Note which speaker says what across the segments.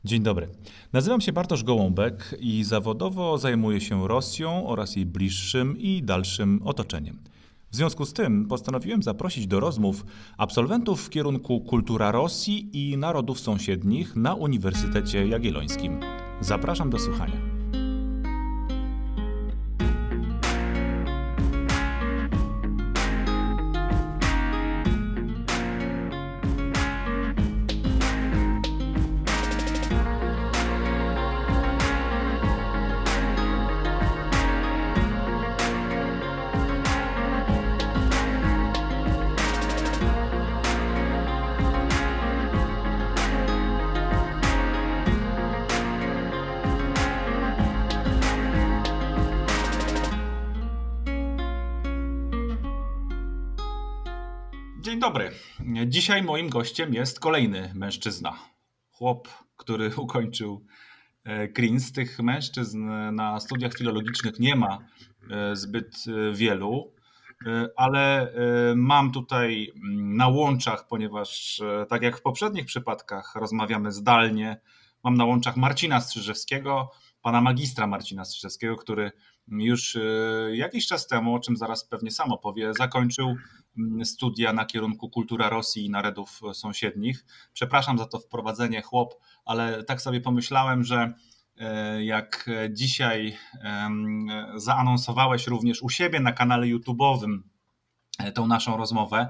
Speaker 1: Dzień dobry. Nazywam się Bartosz Gołąbek i zawodowo zajmuję się Rosją oraz jej bliższym i dalszym otoczeniem. W związku z tym postanowiłem zaprosić do rozmów absolwentów w kierunku Kultura Rosji i Narodów Sąsiednich na Uniwersytecie Jagiellońskim. Zapraszam do słuchania. Dzień dobry. Dzisiaj moim gościem jest kolejny mężczyzna. Chłop, który ukończył KRIN. Z tych mężczyzn na studiach filologicznych nie ma zbyt wielu, ale mam tutaj na łączach, ponieważ tak jak w poprzednich przypadkach rozmawiamy zdalnie, mam na łączach Marcina Strzyżewskiego, pana magistra Marcina Strzyżewskiego, który już jakiś czas temu, o czym zaraz pewnie sam opowie, zakończył studia na kierunku Kultura Rosji i Narodów Sąsiednich. Przepraszam za to wprowadzenie, chłop, ale tak sobie pomyślałem, że jak dzisiaj zaanonsowałeś również u siebie na kanale YouTube'owym tą naszą rozmowę,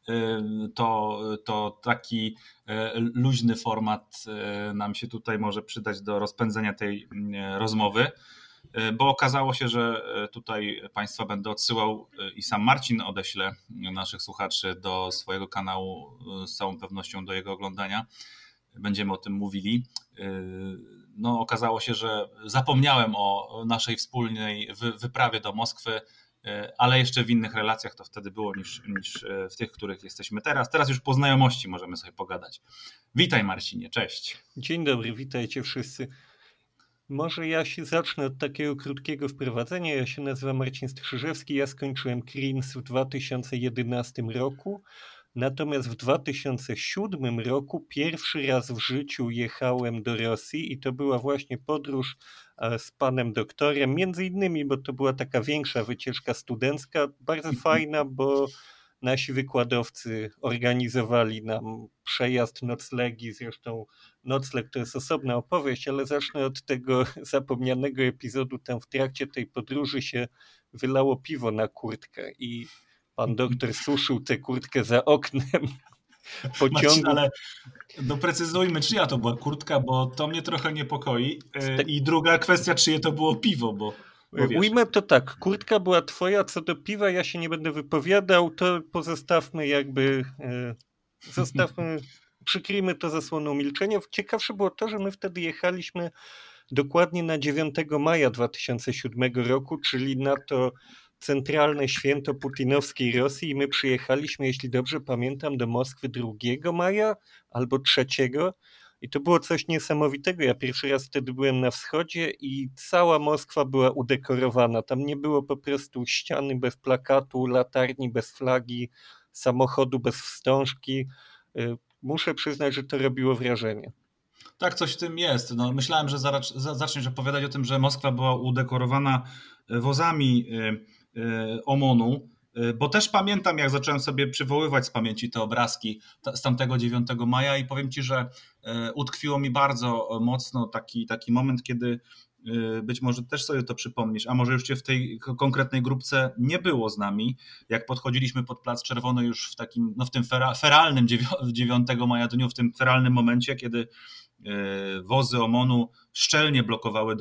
Speaker 1: to taki luźny format nam się tutaj może przydać do rozpędzenia tej rozmowy, bo okazało się, że tutaj Państwa będę odsyłał i sam Marcin odeślę naszych słuchaczy do swojego kanału, z całą pewnością do jego oglądania. Będziemy o tym mówili. No, okazało się, że zapomniałem o naszej wspólnej wyprawie do Moskwy, ale jeszcze w innych relacjach to wtedy było niż w tych, w których jesteśmy teraz. Teraz już po znajomości możemy sobie pogadać. Witaj Marcinie, cześć.
Speaker 2: Dzień dobry, witajcie wszyscy. Może ja się zacznę od takiego krótkiego wprowadzenia. Ja się nazywam Marcin Strzyżewski, ja skończyłem KRINS w 2011 roku, natomiast w 2007 roku pierwszy raz w życiu jechałem do Rosji i to była właśnie podróż z panem doktorem, między innymi, bo to była taka większa wycieczka studencka, bardzo fajna, bo nasi wykładowcy organizowali nam przejazd, noclegi, zresztą nocleg to jest osobna opowieść, ale zacznę od tego zapomnianego epizodu. Tam w trakcie tej podróży się wylało piwo na kurtkę i pan doktor suszył tę kurtkę za oknem
Speaker 1: Marcin,
Speaker 2: pociągu.
Speaker 1: ale doprecyzujmy, czyja to była kurtka, bo to mnie trochę niepokoi. I druga kwestia, czyje to było piwo, bo wiesz.
Speaker 2: Ujmę to tak, kurtka była twoja, co do piwa ja się nie będę wypowiadał, to pozostawmy przykryjmy to zasłoną milczenia. Ciekawsze było to, że my wtedy jechaliśmy dokładnie na 9 maja 2007 roku, czyli na to centralne święto putinowskiej Rosji i my przyjechaliśmy, jeśli dobrze pamiętam, do Moskwy 2 maja albo 3. I to było coś niesamowitego. Ja pierwszy raz wtedy byłem na wschodzie i cała Moskwa była udekorowana. Tam nie było po prostu ściany bez plakatu, latarni bez flagi, samochodu bez wstążki. Muszę przyznać, że to robiło wrażenie.
Speaker 1: Tak, coś w tym jest. No, myślałem, że zaczniesz opowiadać o tym, że Moskwa była udekorowana wozami OMON-u, bo też pamiętam, jak zacząłem sobie przywoływać z pamięci te obrazki z tamtego 9 maja i powiem Ci, że utkwiło mi bardzo mocno taki moment, kiedy być może też sobie to przypomnisz, a może już Cię w tej konkretnej grupce nie było z nami, jak podchodziliśmy pod Plac Czerwony już w takim, no w tym feralnym 9 maja dniu, w tym feralnym momencie, kiedy wozy OMON-u szczelnie blokowały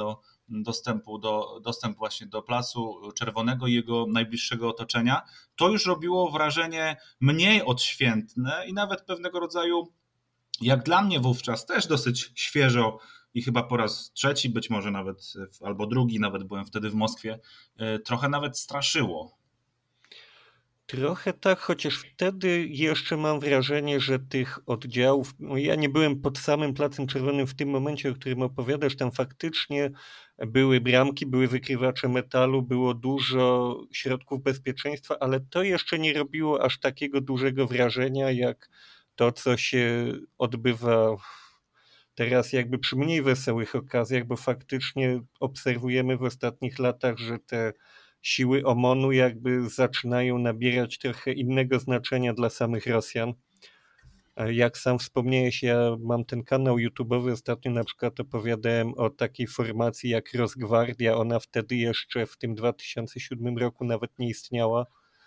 Speaker 1: dostęp właśnie do Placu Czerwonego i jego najbliższego otoczenia, to już robiło wrażenie mniej odświętne i nawet pewnego rodzaju, jak dla mnie wówczas, też dosyć świeżo i chyba po raz trzeci, być może nawet, albo drugi, nawet byłem wtedy w Moskwie, trochę nawet straszyło.
Speaker 2: Trochę tak, chociaż wtedy jeszcze mam wrażenie, że tych oddziałów, no ja nie byłem pod samym Placem Czerwonym w tym momencie, o którym opowiadasz, tam faktycznie były bramki, były wykrywacze metalu, było dużo środków bezpieczeństwa, ale to jeszcze nie robiło aż takiego dużego wrażenia, jak to, co się odbywa Teraz jakby przy mniej wesołych okazjach, bo faktycznie obserwujemy w ostatnich latach, że te siły OMON-u jakby zaczynają nabierać trochę innego znaczenia dla samych Rosjan. Jak sam wspomniałeś, ja mam ten kanał YouTube'owy, ostatnio na przykład opowiadałem o takiej formacji jak Rosgwardia, ona wtedy jeszcze w tym 2007 roku nawet nie istniała.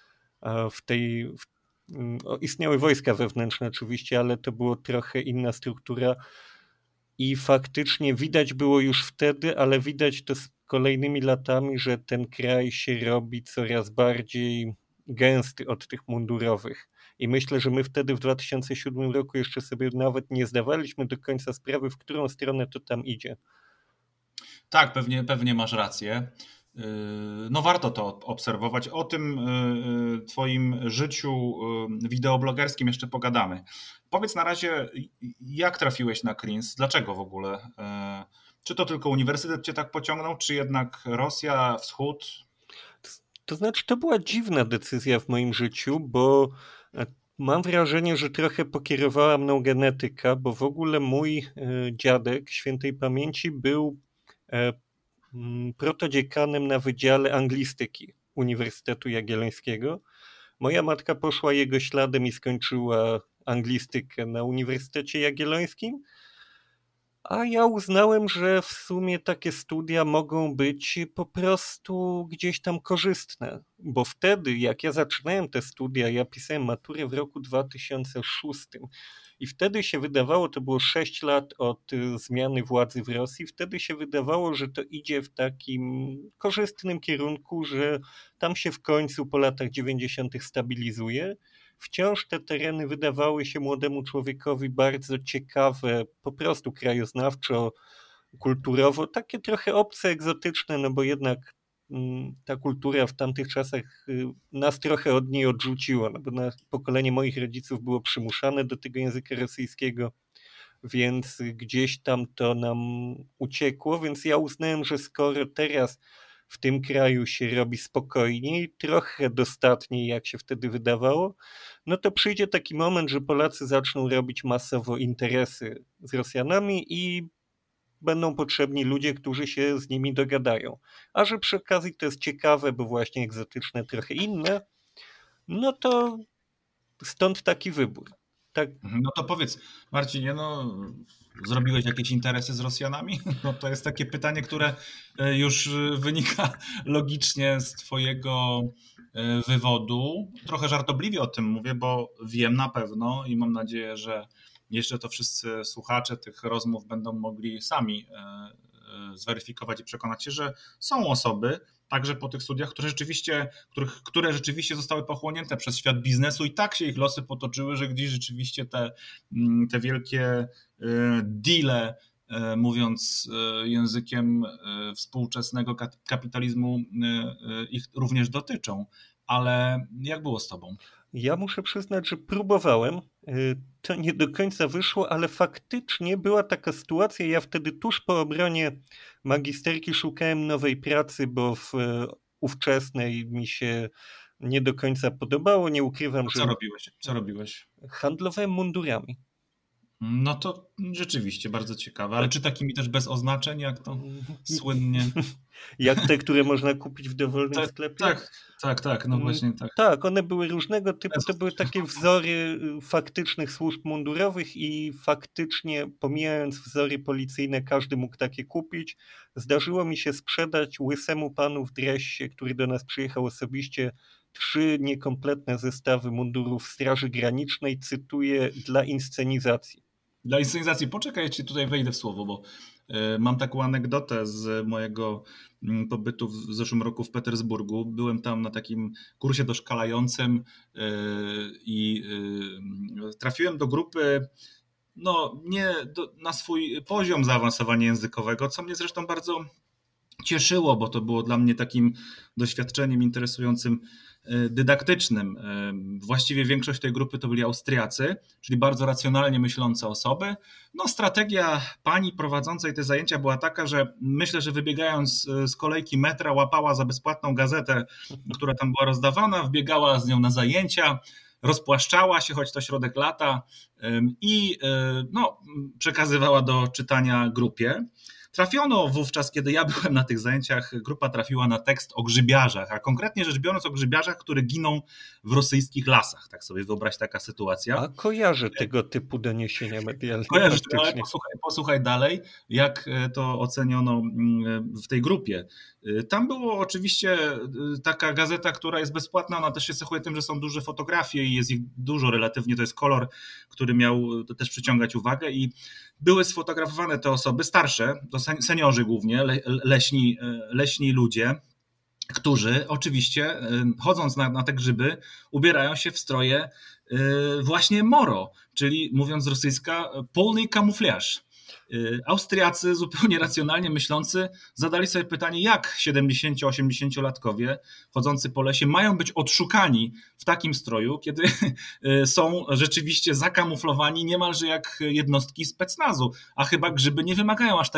Speaker 2: Istniały wojska wewnętrzne oczywiście, ale to było trochę inna struktura i faktycznie widać było już wtedy, ale widać to z kolejnymi latami, że ten kraj się robi coraz bardziej gęsty od tych mundurowych. I myślę, że my wtedy w 2007 roku jeszcze sobie nawet nie zdawaliśmy do końca sprawy, w którą stronę to tam idzie.
Speaker 1: Tak, pewnie masz rację. No warto to obserwować. O tym twoim życiu wideoblogerskim jeszcze pogadamy. Powiedz na razie, jak trafiłeś na Krins? Dlaczego w ogóle? Czy to tylko uniwersytet cię tak pociągnął, czy jednak Rosja, Wschód?
Speaker 2: To znaczy, to była dziwna decyzja w moim życiu, bo mam wrażenie, że trochę pokierowała mną genetyka, bo w ogóle mój dziadek świętej pamięci był protodziekanem na Wydziale Anglistyki Uniwersytetu Jagiellońskiego. Moja matka poszła jego śladem i skończyła anglistykę na Uniwersytecie Jagiellońskim, a ja uznałem, że w sumie takie studia mogą być po prostu gdzieś tam korzystne, bo wtedy, jak ja zaczynałem te studia, ja pisałem maturę w roku 2006 i wtedy się wydawało, to było 6 lat od zmiany władzy w Rosji, wtedy się wydawało, że to idzie w takim korzystnym kierunku, że tam się w końcu po latach 90. stabilizuje. Wciąż te tereny wydawały się młodemu człowiekowi bardzo ciekawe, po prostu krajoznawczo, kulturowo, takie trochę obce, egzotyczne, no bo jednak ta kultura w tamtych czasach nas trochę od niej odrzuciła, no bo pokolenie moich rodziców było przymuszane do tego języka rosyjskiego, więc gdzieś tam to nam uciekło, więc ja uznałem, że skoro teraz w tym kraju się robi spokojniej, trochę dostatniej, jak się wtedy wydawało, no to przyjdzie taki moment, że Polacy zaczną robić masowo interesy z Rosjanami i będą potrzebni ludzie, którzy się z nimi dogadają. A że przy okazji to jest ciekawe, bo właśnie egzotyczne, trochę inne, no to stąd taki wybór. Tak.
Speaker 1: No to powiedz, Marcinie, no zrobiłeś jakieś interesy z Rosjanami? No to jest takie pytanie, które już wynika logicznie z twojego wywodu. Trochę żartobliwie o tym mówię, bo wiem na pewno i mam nadzieję, że jeszcze to wszyscy słuchacze tych rozmów będą mogli sami zweryfikować i przekonać się, że są osoby, także po tych studiach, które rzeczywiście zostały pochłonięte przez świat biznesu i tak się ich losy potoczyły, że gdzieś rzeczywiście te wielkie deale, mówiąc językiem współczesnego kapitalizmu, ich również dotyczą. Ale jak było z tobą?
Speaker 2: Ja muszę przyznać, że próbowałem. To nie do końca wyszło, ale faktycznie była taka sytuacja. Ja wtedy tuż po obronie magisterki szukałem nowej pracy, bo w ówczesnej mi się nie do końca podobało. Nie ukrywam, że...
Speaker 1: Co robiłeś?
Speaker 2: Handlowałem mundurami.
Speaker 1: No to rzeczywiście bardzo ciekawe, ale czy takimi też bez oznaczeń, jak to słynnie?
Speaker 2: Jak te, które można kupić w dowolnym sklepie?
Speaker 1: Tak, no właśnie tak.
Speaker 2: Tak, one były różnego typu, to były takie wzory faktycznych służb mundurowych i faktycznie, pomijając wzory policyjne, każdy mógł takie kupić. Zdarzyło mi się sprzedać łysemu panu w dresie, który do nas przyjechał osobiście, 3 niekompletne zestawy mundurów Straży Granicznej, cytuję, dla inscenizacji.
Speaker 1: Dla inscenizacji, poczekaj, ja ci tutaj wejdę w słowo, bo mam taką anegdotę z mojego pobytu w zeszłym roku w Petersburgu. Byłem tam na takim kursie doszkalającym i trafiłem do grupy, no nie na swój poziom zaawansowania językowego, co mnie zresztą bardzo cieszyło, bo to było dla mnie takim doświadczeniem interesującym, dydaktycznym. Właściwie większość tej grupy to byli Austriacy, czyli bardzo racjonalnie myślące osoby. No, strategia pani prowadzącej te zajęcia była taka, że myślę, że wybiegając z kolejki metra łapała za bezpłatną gazetę, która tam była rozdawana, wbiegała z nią na zajęcia, rozpłaszczała się, choć to środek lata i no, przekazywała do czytania grupie. Trafiono wówczas, kiedy ja byłem na tych zajęciach, grupa trafiła na tekst o grzybiarzach, a konkretnie rzecz biorąc o grzybiarzach, które giną w rosyjskich lasach. Tak sobie wyobraź taka sytuacja.
Speaker 2: A kojarzę tego typu doniesienia medialne.
Speaker 1: Kojarzysz, ale posłuchaj dalej, jak to oceniono w tej grupie. Tam było oczywiście taka gazeta, która jest bezpłatna, ona też się cechuje tym, że są duże fotografie i jest ich dużo relatywnie, to jest kolor, który miał też przyciągać uwagę i były sfotografowane te osoby starsze, to seniorzy głównie, leśni ludzie, którzy oczywiście chodząc na te grzyby ubierają się w stroje właśnie moro, czyli mówiąc z rosyjska polny kamuflaż. Austriacy zupełnie racjonalnie myślący zadali sobie pytanie, jak 70-80-latkowie chodzący po lesie mają być odszukani w takim stroju, kiedy są rzeczywiście zakamuflowani niemalże jak jednostki specnazu, a chyba grzyby nie wymagają aż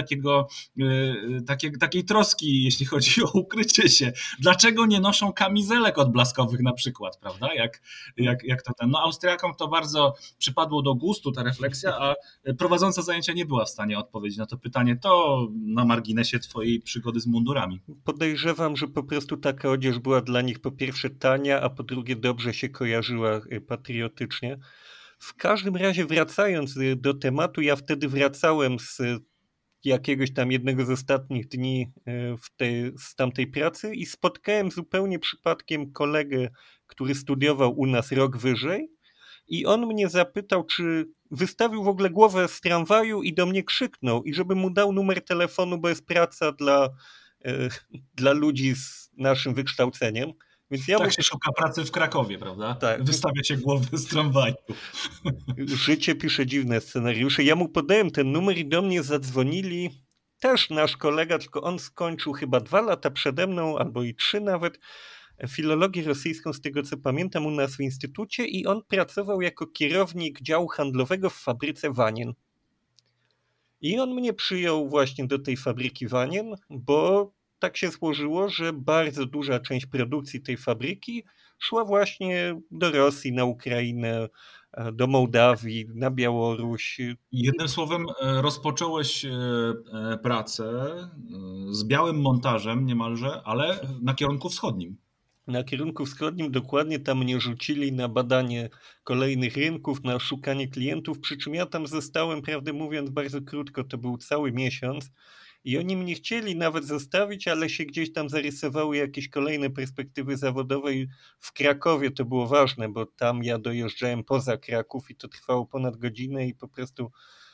Speaker 1: takiej troski, jeśli chodzi o ukrycie się. Dlaczego nie noszą kamizelek odblaskowych na przykład, prawda? Jak to ten. No Austriakom to bardzo przypadło do gustu ta refleksja, a prowadząca zajęcia nie była w stanie odpowiedzieć na to pytanie. To na marginesie twojej przygody z mundurami.
Speaker 2: Podejrzewam, że po prostu taka odzież była dla nich po pierwsze tania, a po drugie dobrze się kojarzyła patriotycznie. W każdym razie wracając do tematu, ja wtedy wracałem z jakiegoś tam jednego z ostatnich dni z tamtej pracy i spotkałem zupełnie przypadkiem kolegę, który studiował u nas rok wyżej i on mnie zapytał, czy wystawił w ogóle głowę z tramwaju i do mnie krzyknął i żeby mu dał numer telefonu, bo jest praca dla ludzi z naszym wykształceniem. Więc ja
Speaker 1: tak się szuka pracy w Krakowie, prawda?
Speaker 2: Tak.
Speaker 1: Wystawia się głowy z tramwaju.
Speaker 2: Życie pisze dziwne scenariusze. Ja mu podałem ten numer i do mnie zadzwonili też nasz kolega, tylko on skończył chyba 2 lata przede mną, albo i 3 nawet, filologię rosyjską, z tego co pamiętam, u nas w instytucie i on pracował jako kierownik działu handlowego w fabryce wanien. I on mnie przyjął właśnie do tej fabryki wanien, bo tak się złożyło, że bardzo duża część produkcji tej fabryki szła właśnie do Rosji, na Ukrainę, do Mołdawii, na Białoruś.
Speaker 1: Jednym słowem rozpocząłeś pracę z białym montażem niemalże, ale na kierunku wschodnim.
Speaker 2: Na kierunku wschodnim dokładnie tam mnie rzucili na badanie kolejnych rynków, na szukanie klientów, przy czym ja tam zostałem, prawdę mówiąc, bardzo krótko, to był cały miesiąc i oni mnie chcieli nawet zostawić, ale się gdzieś tam zarysowały jakieś kolejne perspektywy zawodowe i w Krakowie to było ważne, bo tam ja dojeżdżałem poza Kraków i to trwało ponad godzinę i po prostu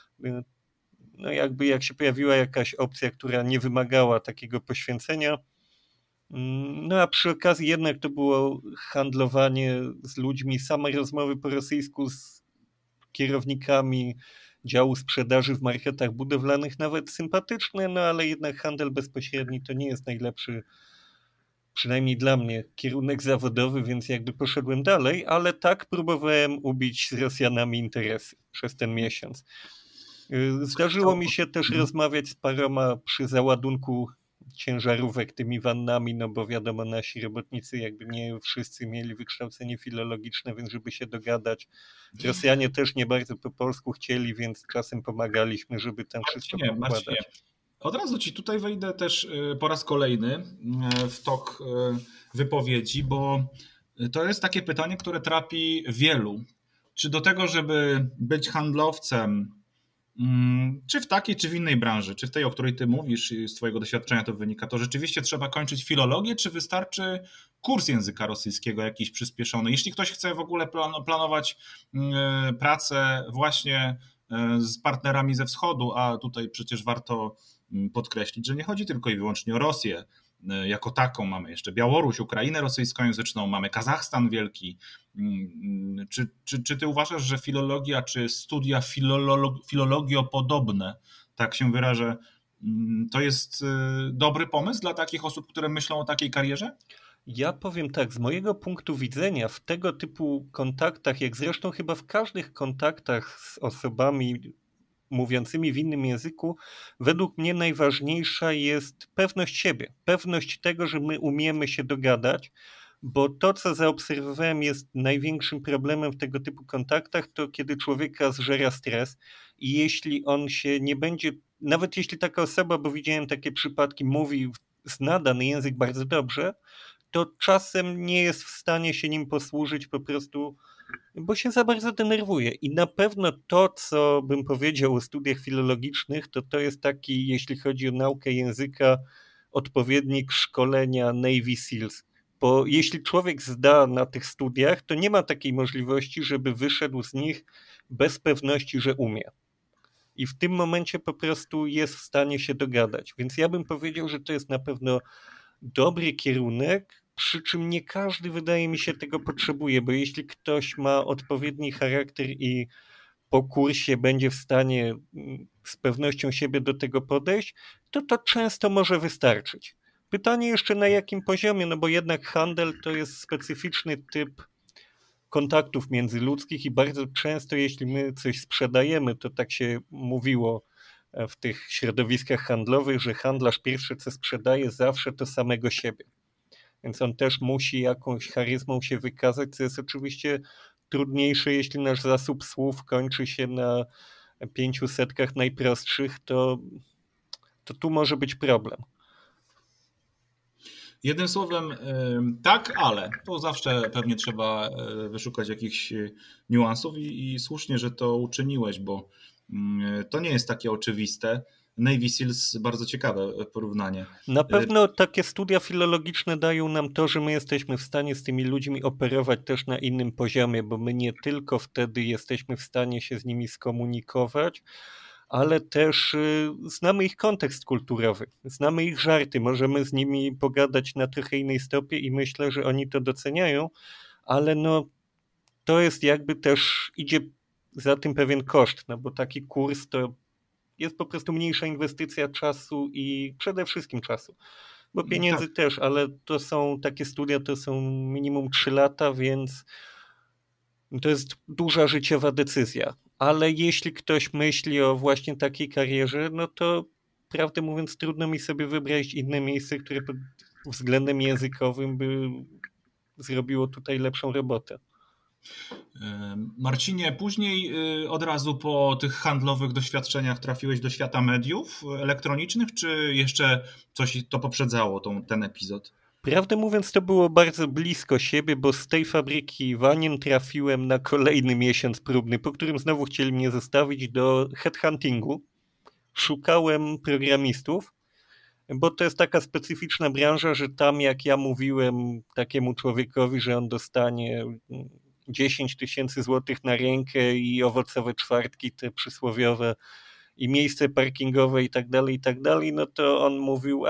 Speaker 2: no jakby jak się pojawiła jakaś opcja, która nie wymagała takiego poświęcenia. No a przy okazji jednak to było handlowanie z ludźmi, same rozmowy po rosyjsku z kierownikami działu sprzedaży w marketach budowlanych, nawet sympatyczne, no ale jednak handel bezpośredni to nie jest najlepszy, przynajmniej dla mnie, kierunek zawodowy, więc jakby poszedłem dalej, ale tak próbowałem ubić z Rosjanami interesy przez ten miesiąc. Zdarzyło mi się też rozmawiać z paroma przy załadunku ciężarówek tymi wannami, no bo wiadomo, nasi robotnicy jakby nie wszyscy mieli wykształcenie filologiczne, więc żeby się dogadać. Rosjanie też nie bardzo po polsku chcieli, więc czasem pomagaliśmy, żeby tam wszystko pokładać.
Speaker 1: Od razu ci tutaj wejdę też po raz kolejny w tok wypowiedzi, bo to jest takie pytanie, które trapi wielu. Czy do tego, żeby być handlowcem, czy w takiej, czy w innej branży, czy w tej, o której ty mówisz i z twojego doświadczenia to wynika, to rzeczywiście trzeba kończyć filologię, czy wystarczy kurs języka rosyjskiego jakiś przyspieszony? Jeśli ktoś chce w ogóle planować pracę właśnie z partnerami ze wschodu, a tutaj przecież warto podkreślić, że nie chodzi tylko i wyłącznie o Rosję jako taką, mamy jeszcze Białoruś, Ukrainę rosyjskojęzyczną, mamy Kazachstan wielki. Czy ty uważasz, że filologia, czy studia filologiopodobne, tak się wyrażę, to jest dobry pomysł dla takich osób, które myślą o takiej karierze?
Speaker 2: Ja powiem tak, z mojego punktu widzenia w tego typu kontaktach, jak zresztą chyba w każdych kontaktach z osobami mówiącymi w innym języku, według mnie najważniejsza jest pewność siebie. Pewność tego, że my umiemy się dogadać, Bo to, co zaobserwowałem, jest największym problemem w tego typu kontaktach, to kiedy człowieka zżera stres i jeśli on się nie będzie, nawet jeśli taka osoba, bo widziałem takie przypadki, mówi, zna dany język bardzo dobrze, to czasem nie jest w stanie się nim posłużyć po prostu, bo się za bardzo denerwuje. I na pewno to, co bym powiedział o studiach filologicznych, to jest taki, jeśli chodzi o naukę języka, odpowiednik szkolenia Navy Seals. Bo jeśli człowiek zda na tych studiach, to nie ma takiej możliwości, żeby wyszedł z nich bez pewności, że umie. I w tym momencie po prostu jest w stanie się dogadać. Więc ja bym powiedział, że to jest na pewno dobry kierunek, przy czym nie każdy, wydaje mi się, tego potrzebuje, bo jeśli ktoś ma odpowiedni charakter i po kursie będzie w stanie z pewnością siebie do tego podejść, to często może wystarczyć. Pytanie jeszcze na jakim poziomie, no bo jednak handel to jest specyficzny typ kontaktów międzyludzkich i bardzo często jeśli my coś sprzedajemy, to tak się mówiło w tych środowiskach handlowych, że handlarz pierwsze co sprzedaje zawsze to samego siebie. Więc on też musi jakąś charyzmą się wykazać, co jest oczywiście trudniejsze, jeśli nasz zasób słów kończy się na 500 najprostszych, to tu może być problem.
Speaker 1: Jednym słowem, tak, ale to zawsze pewnie trzeba wyszukać jakichś niuansów i słusznie, że to uczyniłeś, bo to nie jest takie oczywiste. Navy Seals, bardzo ciekawe porównanie.
Speaker 2: Na pewno takie studia filologiczne dają nam to, że my jesteśmy w stanie z tymi ludźmi operować też na innym poziomie, bo my nie tylko wtedy jesteśmy w stanie się z nimi skomunikować, ale też znamy ich kontekst kulturowy, znamy ich żarty, możemy z nimi pogadać na trochę innej stopie i myślę, że oni to doceniają, ale no to jest jakby też, idzie za tym pewien koszt, no bo taki kurs to jest po prostu mniejsza inwestycja czasu i przede wszystkim czasu, bo pieniędzy
Speaker 1: Tak.
Speaker 2: też, ale to są takie studia, to są minimum 3 lata, więc to jest duża życiowa decyzja. Ale jeśli ktoś myśli o właśnie takiej karierze, no to prawdę mówiąc trudno mi sobie wyobrazić inne miejsce, które pod względem językowym by zrobiło tutaj lepszą robotę.
Speaker 1: Marcinie, później od razu po tych handlowych doświadczeniach trafiłeś do świata mediów elektronicznych, czy jeszcze coś to poprzedzało ten epizod?
Speaker 2: Prawdę mówiąc, to było bardzo blisko siebie, bo z tej fabryki w Anien trafiłem na kolejny miesiąc próbny, po którym znowu chcieli mnie zostawić do headhuntingu. Szukałem programistów, bo to jest taka specyficzna branża, że tam jak ja mówiłem takiemu człowiekowi, że on dostanie 10 000 złotych na rękę i owocowe czwartki, te przysłowiowe, i miejsce parkingowe i tak dalej, no to on mówił,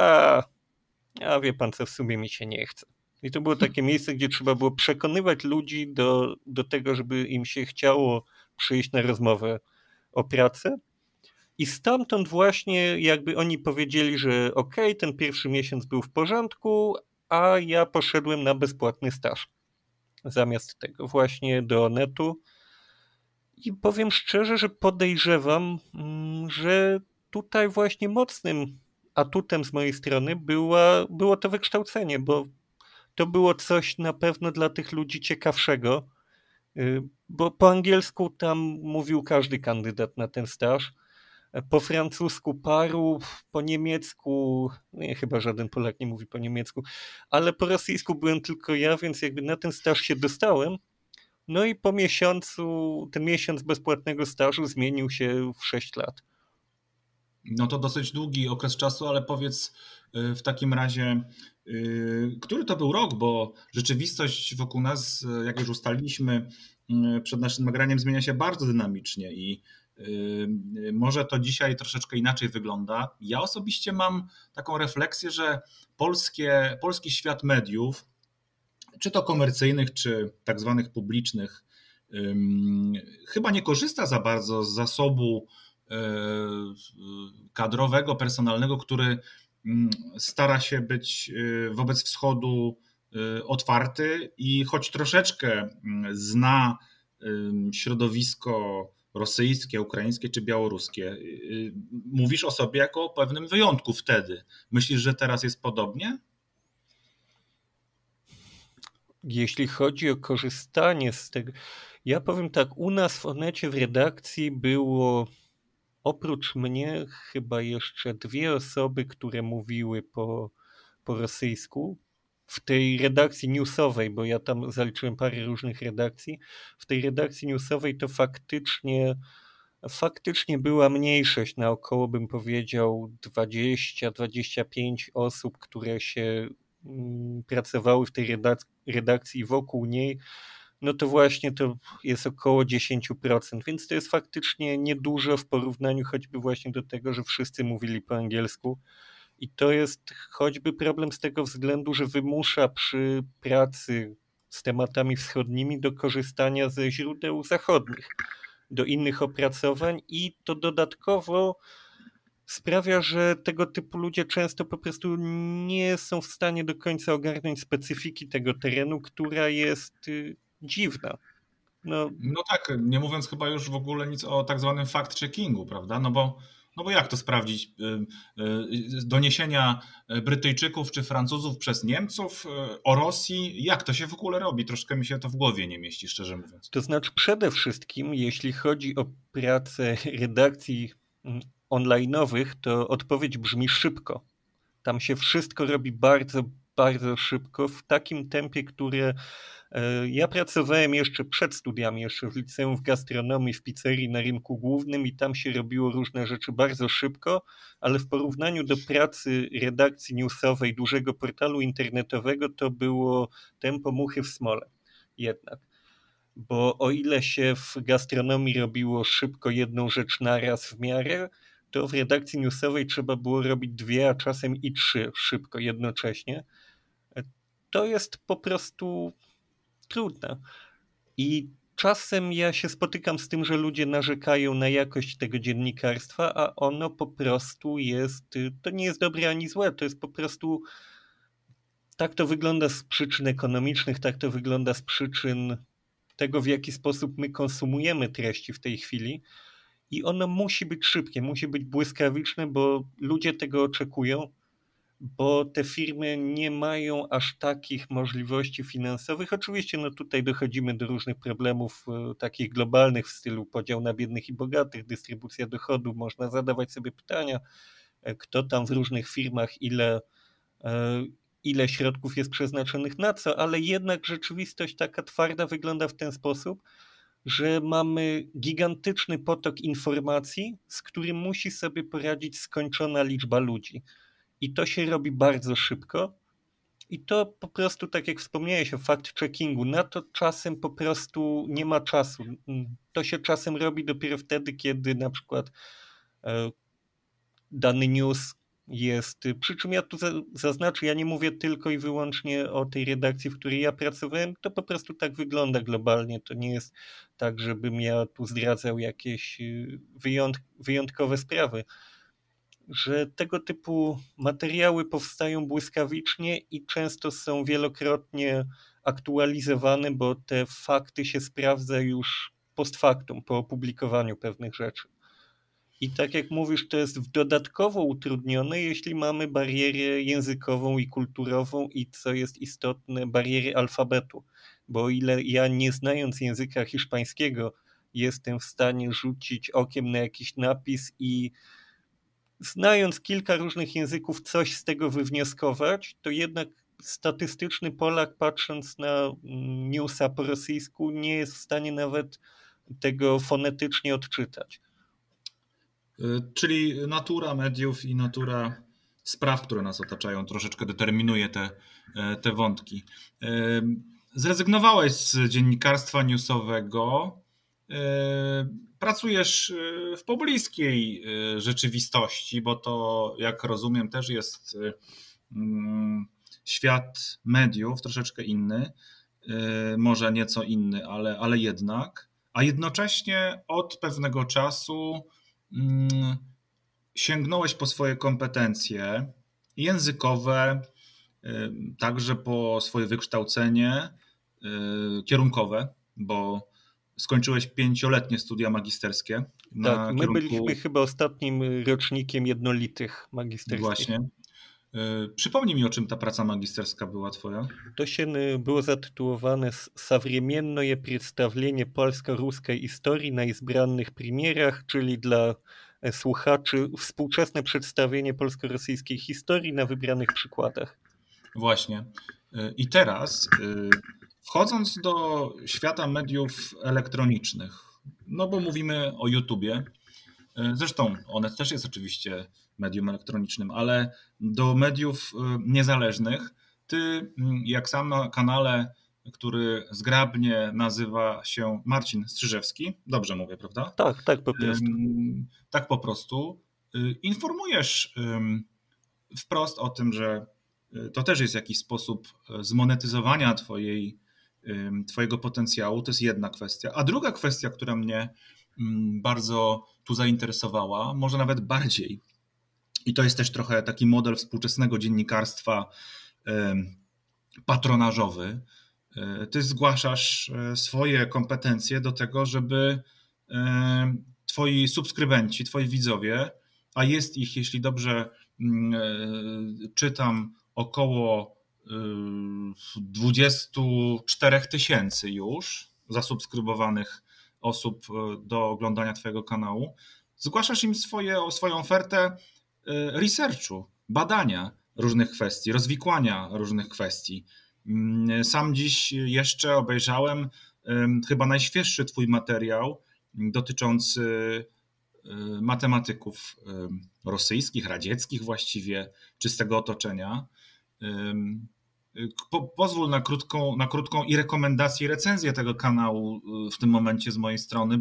Speaker 2: a wie pan co, w sumie mi się nie chce. I to było takie miejsce, gdzie trzeba było przekonywać ludzi do tego, żeby im się chciało przyjść na rozmowę o pracę. I stamtąd właśnie jakby oni powiedzieli, że okej, ten pierwszy miesiąc był w porządku, a ja poszedłem na bezpłatny staż. Zamiast tego właśnie do Onetu. I powiem szczerze, że podejrzewam, że tutaj właśnie mocnym atutem z mojej strony było to wykształcenie, bo to było coś na pewno dla tych ludzi ciekawszego, bo po angielsku tam mówił każdy kandydat na ten staż, po francusku paru, po niemiecku, nie, chyba żaden Polak nie mówi po niemiecku, ale po rosyjsku byłem tylko ja, więc jakby na ten staż się dostałem. No i po miesiącu, ten miesiąc bezpłatnego stażu zmienił się w 6 lat.
Speaker 1: No to dosyć długi okres czasu, ale powiedz w takim razie, który to był rok, bo rzeczywistość wokół nas, jak już ustaliliśmy przed naszym nagraniem, zmienia się bardzo dynamicznie i może to dzisiaj troszeczkę inaczej wygląda. Ja osobiście mam taką refleksję, że polski świat mediów, czy to komercyjnych, czy tak zwanych publicznych, chyba nie korzysta za bardzo z zasobu kadrowego, personalnego, który stara się być wobec wschodu otwarty i choć troszeczkę zna środowisko rosyjskie, ukraińskie czy białoruskie. Mówisz o sobie jako o pewnym wyjątku wtedy. Myślisz, że teraz jest podobnie?
Speaker 2: Jeśli chodzi o korzystanie z tego, ja powiem tak, u nas w Onecie w redakcji było oprócz mnie chyba jeszcze 2 osoby, które mówiły po rosyjsku. W tej redakcji newsowej, bo ja tam zaliczyłem parę różnych redakcji, w tej redakcji newsowej to faktycznie była mniejszość, na około bym powiedział 20-25 osób, które się pracowały w tej redakcji wokół niej, no to właśnie to jest około 10%, więc to jest faktycznie niedużo w porównaniu choćby właśnie do tego, że wszyscy mówili po angielsku. I to jest choćby problem z tego względu, że wymusza przy pracy z tematami wschodnimi do korzystania ze źródeł zachodnich, do innych opracowań i to dodatkowo sprawia, że tego typu ludzie często po prostu nie są w stanie do końca ogarnąć specyfiki tego terenu, która jest dziwna. No,
Speaker 1: No tak, nie mówiąc chyba już w ogóle nic o tak zwanym fact-checkingu, prawda? No bo jak to sprawdzić? Doniesienia Brytyjczyków czy Francuzów przez Niemców o Rosji, jak to się w ogóle robi? Troszkę mi się to w głowie nie mieści, szczerze mówiąc.
Speaker 2: to znaczy przede wszystkim, jeśli chodzi o pracę redakcji online'owych, to odpowiedź brzmi szybko. Tam się wszystko robi bardzo, bardzo szybko, w takim tempie, które ja pracowałem jeszcze przed studiami, jeszcze w liceum w gastronomii, w pizzerii na Rynku Głównym i tam się robiło różne rzeczy bardzo szybko, ale w porównaniu do pracy redakcji newsowej dużego portalu internetowego to było tempo muchy w smole jednak. Bo o ile się w gastronomii robiło szybko jedną rzecz naraz w miarę, to w redakcji newsowej trzeba było robić 2, a czasem i 3 szybko jednocześnie. To jest po prostu trudne. I czasem ja się spotykam z tym, że ludzie narzekają na jakość tego dziennikarstwa, a ono po prostu jest, to nie jest dobre ani złe, to jest po prostu, tak to wygląda z przyczyn ekonomicznych, tak to wygląda z przyczyn tego, w jaki sposób my konsumujemy treści w tej chwili. I ono musi być szybkie, musi być błyskawiczne, bo ludzie tego oczekują, bo te firmy nie mają aż takich możliwości finansowych. Oczywiście no tutaj dochodzimy do różnych problemów takich globalnych w stylu podział na biednych i bogatych, dystrybucja dochodu. Można zadawać sobie pytania, kto tam w różnych firmach ile środków jest przeznaczonych na co, ale jednak rzeczywistość taka twarda wygląda w ten sposób, że mamy gigantyczny potok informacji, z którym musi sobie poradzić skończona liczba ludzi. I to się robi bardzo szybko. I to po prostu, tak jak wspomniałeś o fact-checkingu, na to czasem po prostu nie ma czasu. To się czasem robi dopiero wtedy, kiedy na przykład dany news jest, przy czym ja tu zaznaczę, ja nie mówię tylko i wyłącznie o tej redakcji, w której ja pracowałem, to po prostu tak wygląda globalnie, to nie jest tak, żebym ja tu zdradzał jakieś wyjątkowe sprawy, że tego typu materiały powstają błyskawicznie i często są wielokrotnie aktualizowane, bo te fakty się sprawdza już post factum, po opublikowaniu pewnych rzeczy. I tak jak mówisz, to jest dodatkowo utrudnione, jeśli mamy barierę językową i kulturową i co jest istotne, bariery alfabetu. Bo o ile ja nie znając języka hiszpańskiego jestem w stanie rzucić okiem na jakiś napis i znając kilka różnych języków coś z tego wywnioskować, to jednak statystyczny Polak patrząc na newsa po rosyjsku nie jest w stanie nawet tego fonetycznie odczytać.
Speaker 1: Czyli natura mediów i natura spraw, które nas otaczają, troszeczkę determinuje te wątki. Zrezygnowałeś z dziennikarstwa newsowego. Pracujesz w pobliskiej rzeczywistości, bo to, jak rozumiem, też jest świat mediów troszeczkę inny, może nieco inny, ale jednak. A jednocześnie od pewnego czasu sięgnąłeś po swoje kompetencje językowe, także po swoje wykształcenie kierunkowe, bo skończyłeś 5-letnie studia magisterskie na
Speaker 2: Tak, my
Speaker 1: kierunku.
Speaker 2: byliśmy chyba ostatnim rocznikiem jednolitych magisterskich.
Speaker 1: Właśnie. Przypomnij mi, o czym ta praca magisterska była twoja.
Speaker 2: To się było zatytułowane Современное представление polsko-ruskiej historii na izbranych primierach, czyli dla słuchaczy współczesne przedstawienie polsko-rosyjskiej historii na wybranych przykładach.
Speaker 1: Właśnie. I teraz, wchodząc do świata mediów elektronicznych, no bo mówimy o YouTubie, zresztą one też jest oczywiście medium elektronicznym, ale do mediów niezależnych, ty, jak sam na kanale, który zgrabnie nazywa się Marcin Strzyżewski, dobrze mówię, prawda?
Speaker 2: Tak, po prostu.
Speaker 1: Tak po prostu, informujesz wprost o tym, że to też jest jakiś sposób zmonetyzowania twojego potencjału, to jest jedna kwestia. A druga kwestia, która mnie bardzo tu zainteresowała, może nawet bardziej, i to jest też trochę taki model współczesnego dziennikarstwa patronażowy. Ty zgłaszasz swoje kompetencje do tego, żeby twoi subskrybenci, twoi widzowie, a jest ich, jeśli dobrze czytam, około 24 000 już zasubskrybowanych osób do oglądania twojego kanału. Zgłaszasz im swoją ofertę researchu, badania różnych kwestii, rozwikłania różnych kwestii. Sam dziś jeszcze obejrzałem chyba najświeższy twój materiał dotyczący matematyków rosyjskich, radzieckich właściwie, czy z tego otoczenia. Pozwól na krótką i rekomendację, i recenzję tego kanału w tym momencie z mojej strony,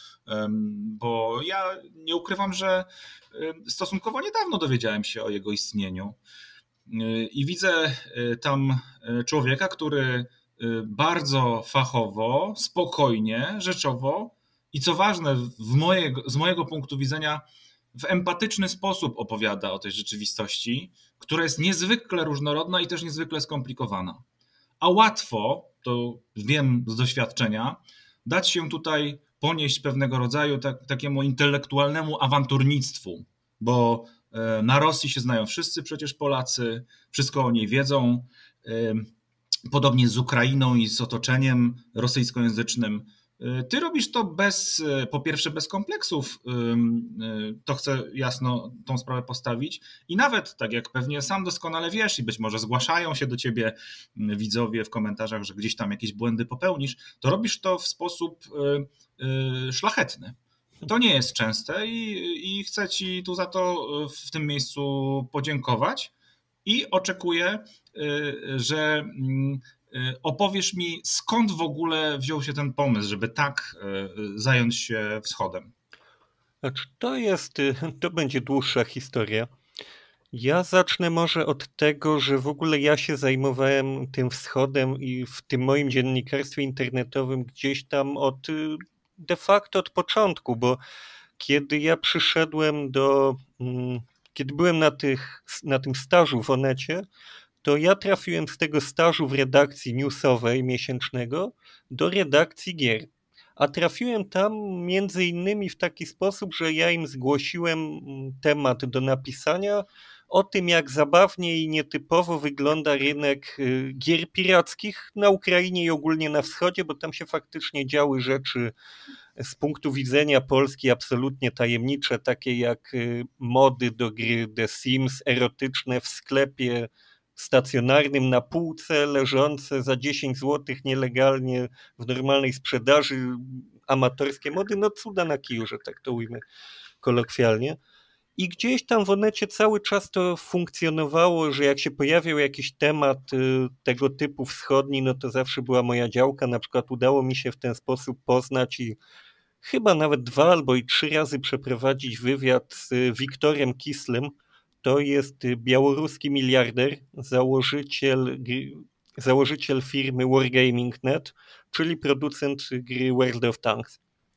Speaker 1: bo ja nie ukrywam, że stosunkowo niedawno dowiedziałem się o jego istnieniu i widzę tam człowieka, który bardzo fachowo, spokojnie, rzeczowo i co ważne z mojego punktu widzenia w empatyczny sposób opowiada o tej rzeczywistości, która jest niezwykle różnorodna i też niezwykle skomplikowana. A łatwo, to wiem z doświadczenia, dać się tutaj ponieść pewnego rodzaju takiemu intelektualnemu awanturnictwu, bo na Rosji się znają wszyscy przecież Polacy, wszystko o niej wiedzą, podobnie z Ukrainą i z otoczeniem rosyjskojęzycznym. Ty robisz to po pierwsze bez kompleksów, to chcę jasno tą sprawę postawić i nawet, tak jak pewnie sam doskonale wiesz i być może zgłaszają się do ciebie widzowie w komentarzach, że gdzieś tam jakieś błędy popełnisz, to robisz to w sposób szlachetny. To nie jest częste i chcę ci tu za to w tym miejscu podziękować i oczekuję, że opowiesz mi, skąd w ogóle wziął się ten pomysł, żeby tak zająć się wschodem.
Speaker 2: Znaczy, to będzie dłuższa historia. Ja zacznę może od tego, że w ogóle ja się zajmowałem tym wschodem i w tym moim dziennikarstwie internetowym gdzieś tam de facto od początku, bo kiedy ja przyszedłem kiedy byłem na tym stażu w Onecie, to ja trafiłem z tego stażu w redakcji newsowej miesięcznego do redakcji gier. A trafiłem tam między innymi w taki sposób, że ja im zgłosiłem temat do napisania o tym, jak zabawnie i nietypowo wygląda rynek gier pirackich na Ukrainie i ogólnie na wschodzie, bo tam się faktycznie działy rzeczy z punktu widzenia Polski absolutnie tajemnicze, takie jak mody do gry The Sims erotyczne w sklepie stacjonarnym na półce, leżące za 10 zł nielegalnie w normalnej sprzedaży, amatorskie mody, no cuda na kiju, że tak to ujmę kolokwialnie. I gdzieś tam w Onecie cały czas to funkcjonowało, że jak się pojawiał jakiś temat tego typu wschodni, no to zawsze była moja działka. Na przykład udało mi się w ten sposób poznać i chyba nawet 2 albo i 3 razy przeprowadzić wywiad z Wiktorem Kislem. To jest białoruski miliarder, założyciel firmy Wargaming.net, czyli producent gry World of Tanks.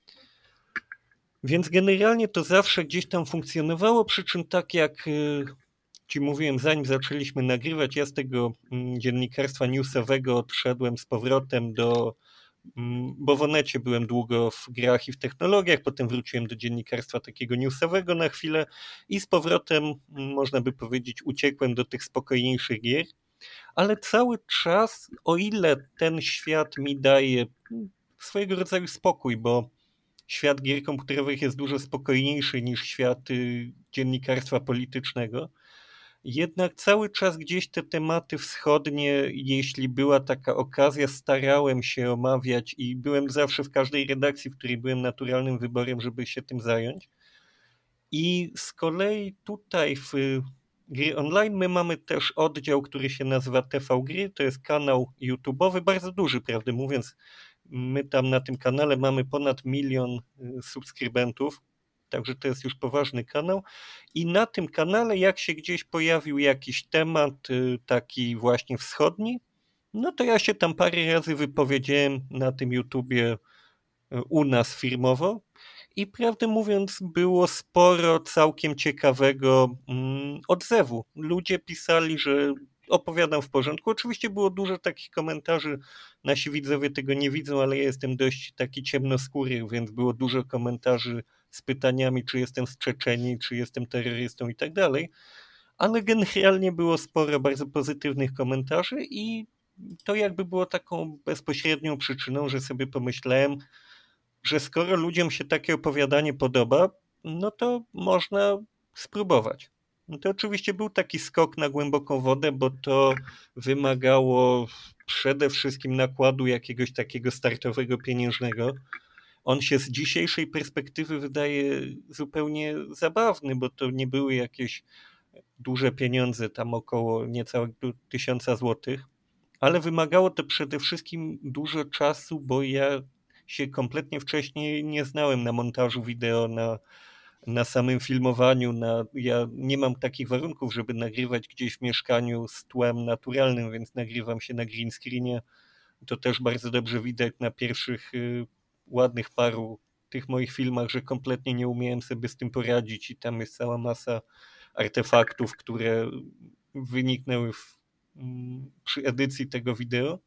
Speaker 2: Więc generalnie to zawsze gdzieś tam funkcjonowało, przy czym tak jak ci mówiłem, zanim zaczęliśmy nagrywać, ja z tego dziennikarstwa newsowego odszedłem z powrotem do bo w Onecie byłem długo w grach i w technologiach, potem wróciłem do dziennikarstwa takiego newsowego na chwilę i z powrotem, można by powiedzieć, uciekłem do tych spokojniejszych gier, ale cały czas, o ile ten świat mi daje swojego rodzaju spokój, bo świat gier komputerowych jest dużo spokojniejszy niż świat dziennikarstwa politycznego, jednak cały czas gdzieś te tematy wschodnie, jeśli była taka okazja, starałem się omawiać i byłem zawsze w każdej redakcji, w której byłem naturalnym wyborem, żeby się tym zająć. I z kolei tutaj w gry online my mamy też oddział, który się nazywa TV Gry, to jest kanał YouTube'owy, bardzo duży, prawdę mówiąc. My tam na tym kanale mamy ponad 1 milion subskrybentów, także to jest już poważny kanał. I na tym kanale, jak się gdzieś pojawił jakiś temat taki właśnie wschodni, no to ja się tam parę razy wypowiedziałem na tym YouTubie u nas firmowo. I prawdę mówiąc, było sporo całkiem ciekawego odzewu. Ludzie pisali, że opowiadam w porządku. Oczywiście było dużo takich komentarzy, nasi widzowie tego nie widzą, ale ja jestem dość taki ciemnoskóry, więc było dużo komentarzy z pytaniami, czy jestem z Czeczenii, czy jestem terrorystą i tak dalej. Ale generalnie było sporo bardzo pozytywnych komentarzy i to jakby było taką bezpośrednią przyczyną, że sobie pomyślałem, że skoro ludziom się takie opowiadanie podoba, no to można spróbować. No to oczywiście był taki skok na głęboką wodę, bo to wymagało przede wszystkim nakładu jakiegoś takiego startowego pieniężnego. On się z dzisiejszej perspektywy wydaje zupełnie zabawny, bo to nie były jakieś duże pieniądze, tam około niecałego 1000 złotych, ale wymagało to przede wszystkim dużo czasu, bo ja się kompletnie wcześniej nie znałem na montażu wideo, na samym filmowaniu. Ja nie mam takich warunków, żeby nagrywać gdzieś w mieszkaniu z tłem naturalnym, więc nagrywam się na green screenie. To też bardzo dobrze widać na pierwszych ładnych paru tych moich filmach, że kompletnie nie umiałem sobie z tym poradzić i tam jest cała masa artefaktów, które wyniknęły przy edycji tego wideo.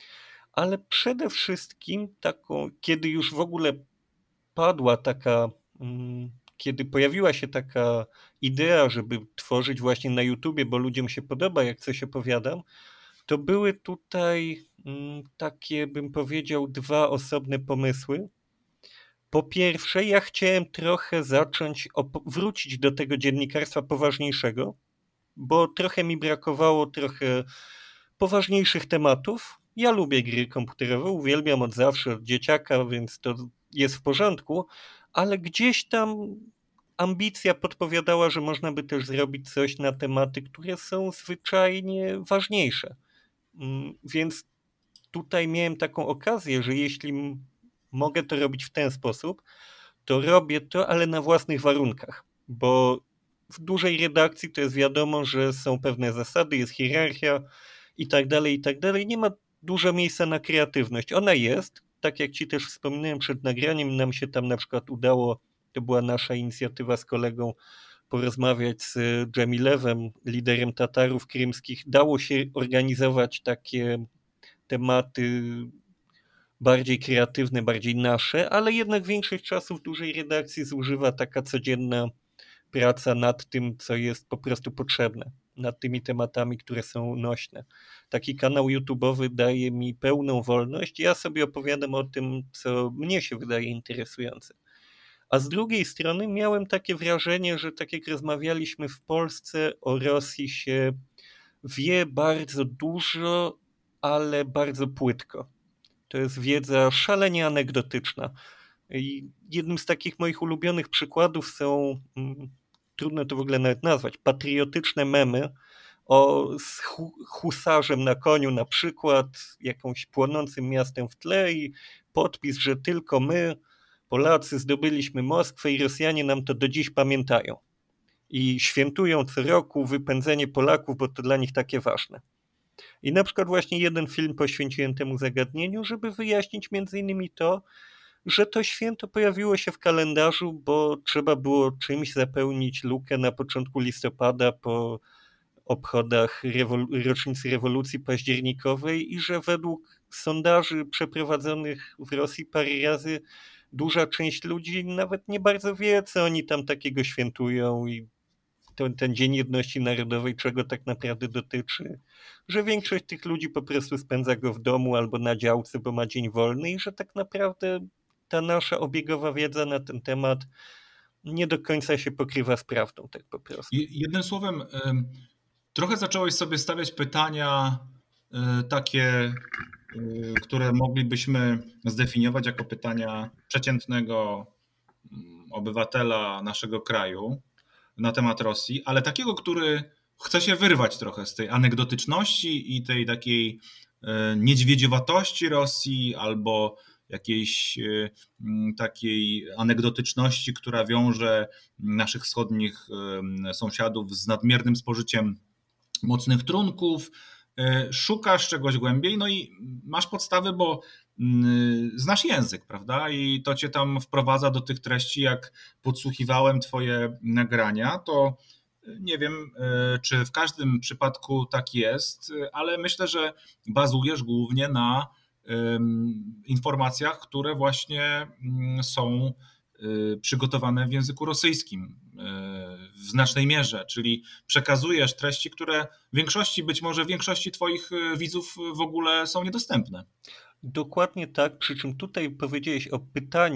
Speaker 2: Ale przede wszystkim kiedy już w ogóle padła taka, kiedy pojawiła się taka idea, żeby tworzyć właśnie na YouTubie, bo ludziom się podoba, jak coś opowiadam, to były tutaj takie, bym powiedział, 2 osobne pomysły. Po pierwsze, ja chciałem trochę zacząć wrócić do tego dziennikarstwa poważniejszego, bo trochę mi brakowało trochę poważniejszych tematów. Ja lubię gry komputerowe, uwielbiam od zawsze, od dzieciaka, więc to jest w porządku, ale gdzieś tam ambicja podpowiadała, że można by też zrobić coś na tematy, które są zwyczajnie ważniejsze. Więc tutaj miałem taką okazję, że jeśli mogę to robić w ten sposób, to robię to, ale na własnych warunkach, bo w dużej redakcji to jest wiadomo, że są pewne zasady, jest hierarchia i tak dalej, i tak dalej. Nie ma dużo miejsca na kreatywność. Ona jest, tak jak ci też wspominałem przed nagraniem, nam się tam na przykład udało, to była nasza inicjatywa z kolegą, porozmawiać z Dżemilewem, liderem Tatarów krymskich. Dało się organizować takie tematy bardziej kreatywne, bardziej nasze, ale jednak większość czasu w dużej redakcji zużywa taka codzienna praca nad tym, co jest po prostu potrzebne, nad tymi tematami, które są nośne. Taki kanał YouTube'owy daje mi pełną wolność. Ja sobie opowiadam o tym, co mnie się wydaje interesujące. A z drugiej strony miałem takie wrażenie, że tak jak rozmawialiśmy w Polsce, o Rosji się wie bardzo dużo, ale bardzo płytko. To jest wiedza szalenie anegdotyczna. I jednym z takich moich ulubionych przykładów są, trudno to w ogóle nawet nazwać, patriotyczne memy z husarzem na koniu na przykład, jakąś płonącym miastem w tle i podpis, że tylko my, Polacy, zdobyliśmy Moskwę i Rosjanie nam to do dziś pamiętają. I świętują co roku wypędzenie Polaków, bo to dla nich takie ważne. I na przykład właśnie jeden film poświęciłem temu zagadnieniu, żeby wyjaśnić między innymi to, że to święto pojawiło się w kalendarzu, bo trzeba było czymś zapełnić lukę na początku listopada po obchodach rocznicy rewolucji październikowej i że według sondaży przeprowadzonych w Rosji parę razy duża część ludzi nawet nie bardzo wie, co oni tam takiego świętują i ten Dzień Jedności Narodowej, czego tak naprawdę dotyczy, że większość tych ludzi po prostu spędza go w domu albo na działce, bo ma dzień wolny i że tak naprawdę ta nasza obiegowa wiedza na ten temat nie do końca się pokrywa z prawdą, tak po prostu.
Speaker 1: Jednym słowem, trochę zacząłeś sobie stawiać pytania takie, które moglibyśmy zdefiniować jako pytania przeciętnego obywatela naszego kraju na temat Rosji, ale takiego, który chce się wyrwać trochę z tej anegdotyczności i tej takiej niedźwiedziowatości Rosji albo jakiejś takiej anegdotyczności, która wiąże naszych wschodnich sąsiadów z nadmiernym spożyciem mocnych trunków. Szukasz czegoś głębiej, no i masz podstawy, bo znasz język, prawda? I to cię tam wprowadza do tych treści. Jak podsłuchiwałem twoje nagrania, to nie wiem, czy w każdym przypadku tak jest, ale myślę, że bazujesz głównie na informacjach, które właśnie są przygotowane w języku rosyjskim w znacznej mierze, czyli przekazujesz treści, które być może większości twoich widzów w ogóle są niedostępne.
Speaker 2: Dokładnie tak, przy czym tutaj powiedziałeś o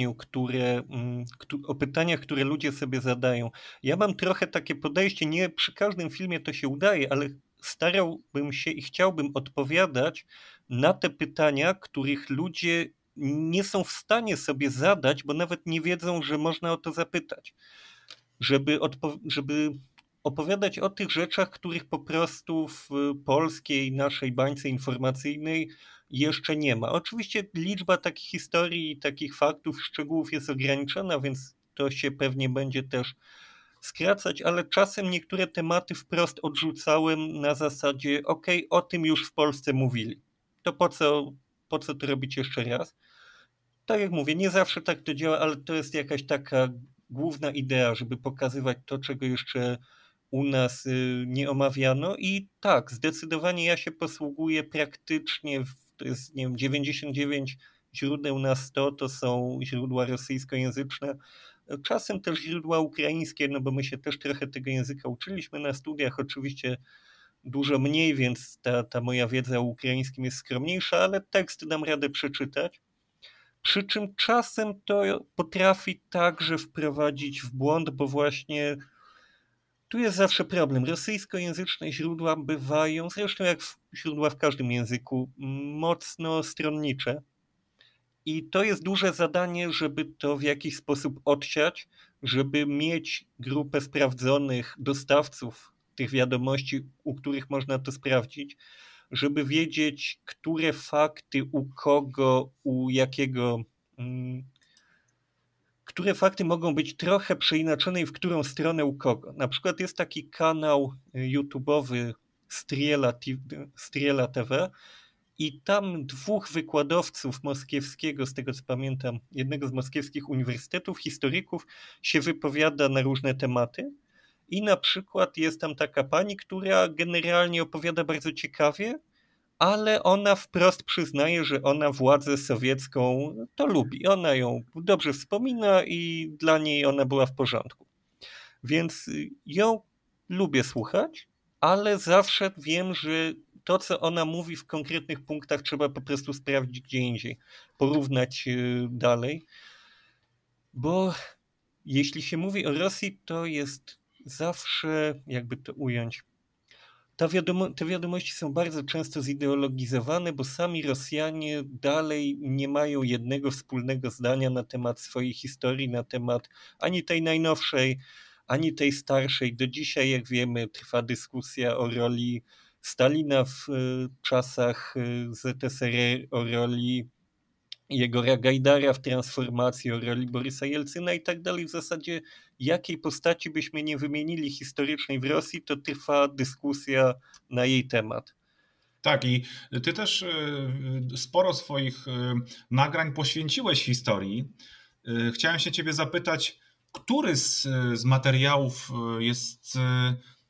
Speaker 2: o pytaniach, które ludzie sobie zadają. Ja mam trochę takie podejście, nie przy każdym filmie to się udaje, ale starałbym się i chciałbym odpowiadać na te pytania, których ludzie nie są w stanie sobie zadać, bo nawet nie wiedzą, że można o to zapytać. Żeby opowiadać o tych rzeczach, których po prostu w polskiej naszej bańce informacyjnej jeszcze nie ma. Oczywiście liczba takich historii i takich faktów, szczegółów jest ograniczona, więc to się pewnie będzie też skracać, ale czasem niektóre tematy wprost odrzucałem na zasadzie okej, o tym już w Polsce mówili. To po co to robić jeszcze raz? Tak jak mówię, nie zawsze tak to działa, ale to jest jakaś taka główna idea, żeby pokazywać to, czego jeszcze u nas nie omawiano. I tak, zdecydowanie ja się posługuję praktycznie, to jest nie wiem, 99 źródeł na 100 to są źródła rosyjskojęzyczne, czasem też źródła ukraińskie, no bo my się też trochę tego języka uczyliśmy na studiach, oczywiście dużo mniej, więc ta moja wiedza o ukraińskim jest skromniejsza, ale tekst dam radę przeczytać. Przy czym czasem to potrafi także wprowadzić w błąd, bo właśnie tu jest zawsze problem. Rosyjskojęzyczne źródła bywają, zresztą jak źródła w każdym języku, mocno stronnicze. I to jest duże zadanie, żeby to w jakiś sposób odsiać, żeby mieć grupę sprawdzonych dostawców tych wiadomości, u których można to sprawdzić, żeby wiedzieć, które fakty u kogo, u jakiego, które fakty mogą być trochę przeinaczone i w którą stronę u kogo. Na przykład jest taki kanał YouTube'owy Striela TV i tam dwóch wykładowców moskiewskiego, z tego co pamiętam, jednego z moskiewskich uniwersytetów, historyków, się wypowiada na różne tematy. I na przykład jest tam taka pani, która generalnie opowiada bardzo ciekawie, ale ona wprost przyznaje, że ona władzę sowiecką to lubi. Ona ją dobrze wspomina i dla niej ona była w porządku. Więc ją lubię słuchać, ale zawsze wiem, że to, co ona mówi w konkretnych punktach, trzeba po prostu sprawdzić gdzie indziej, porównać dalej. Bo jeśli się mówi o Rosji, to jest zawsze, jakby to ująć, te wiadomości są bardzo często zideologizowane, bo sami Rosjanie dalej nie mają jednego wspólnego zdania na temat swojej historii, na temat ani tej najnowszej, ani tej starszej. Do dzisiaj, jak wiemy, trwa dyskusja o roli Stalina w czasach ZSRR, o roli Jegora Gajdara w transformacji, o roli Borysa Jelcyna i tak dalej. W zasadzie jakiej postaci byśmy nie wymienili historycznej w Rosji, to trwa dyskusja na jej temat.
Speaker 1: Tak, i ty też sporo swoich nagrań poświęciłeś historii. Chciałem się ciebie zapytać, który z materiałów jest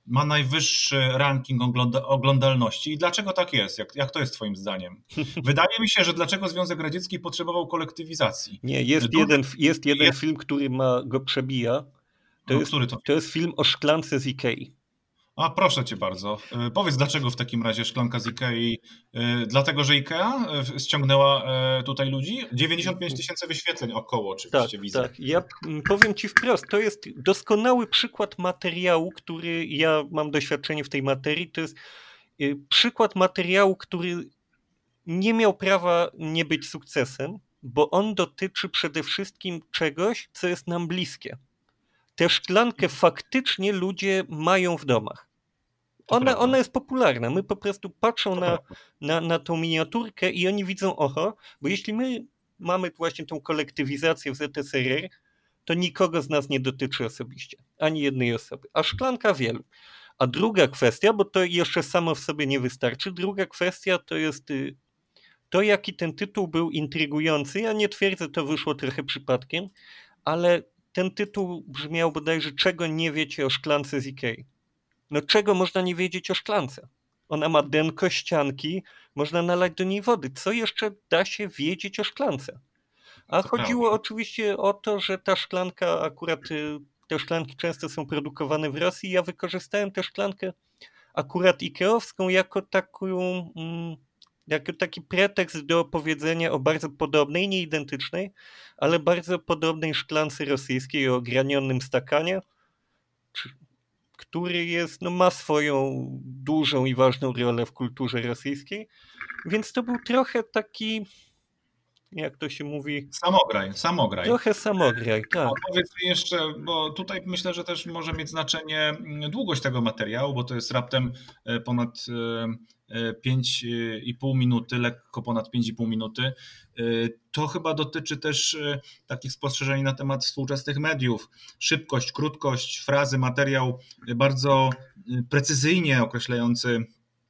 Speaker 1: ma najwyższy ranking oglądalności. I dlaczego tak jest? Jak to jest twoim zdaniem? Wydaje mi się, że dlaczego Związek Radziecki potrzebował kolektywizacji.
Speaker 2: Nie,
Speaker 1: Dużo-
Speaker 2: jest jeden
Speaker 1: jest,
Speaker 2: film, który go przebija.
Speaker 1: który to?
Speaker 2: To jest film o szklance z Ikei.
Speaker 1: A proszę cię bardzo. Powiedz, dlaczego w takim razie szklanka z Ikei? Dlatego, że Ikea ściągnęła tutaj ludzi? 95 000 wyświetleń około
Speaker 2: Tak,
Speaker 1: oczywiście widzę.
Speaker 2: tak. Ja powiem ci wprost, to jest doskonały przykład materiału, który ja mam doświadczenie w tej materii. To jest przykład materiału, który nie miał prawa nie być sukcesem, bo on dotyczy przede wszystkim czegoś, co jest nam bliskie. Tę szklankę faktycznie ludzie mają w domach. Ona jest popularna. My po prostu patrzą na tą miniaturkę i oni widzą, oho, bo jeśli my mamy właśnie tą kolektywizację w ZSRR, to nikogo z nas nie dotyczy osobiście, ani jednej osoby, a szklanka wielu. A druga kwestia, bo to jeszcze samo w sobie nie wystarczy, druga kwestia to jest to, jaki ten tytuł był intrygujący. Ja nie twierdzę, to wyszło trochę przypadkiem, ale ten tytuł brzmiał bodajże, czego nie wiecie o szklance z Ikei. No czego można nie wiedzieć o szklance? Ona ma denko, ścianki, można nalać do niej wody. Co jeszcze da się wiedzieć o szklance? A
Speaker 1: To
Speaker 2: chodziło
Speaker 1: prawda.
Speaker 2: oczywiście o to, że ta szklanka akurat, te szklanki często są produkowane w Rosji. Ja wykorzystałem tę szklankę akurat ikeowską jako taki pretekst do opowiedzenia o bardzo podobnej, nie identycznej, ale bardzo podobnej szklance rosyjskiej o granionym stakanie, który jest, no, ma swoją dużą i ważną rolę w kulturze rosyjskiej, więc to był trochę taki, jak to się mówi,
Speaker 1: Samograj.
Speaker 2: trochę samograj, tak.
Speaker 1: Powiedz mi jeszcze, bo tutaj myślę, że też może mieć znaczenie długość tego materiału, bo to jest raptem ponad 5,5 minuty, lekko ponad 5,5 minuty. To chyba dotyczy też takich spostrzeżeń na temat współczesnych mediów. Szybkość, krótkość, frazy, materiał bardzo precyzyjnie określający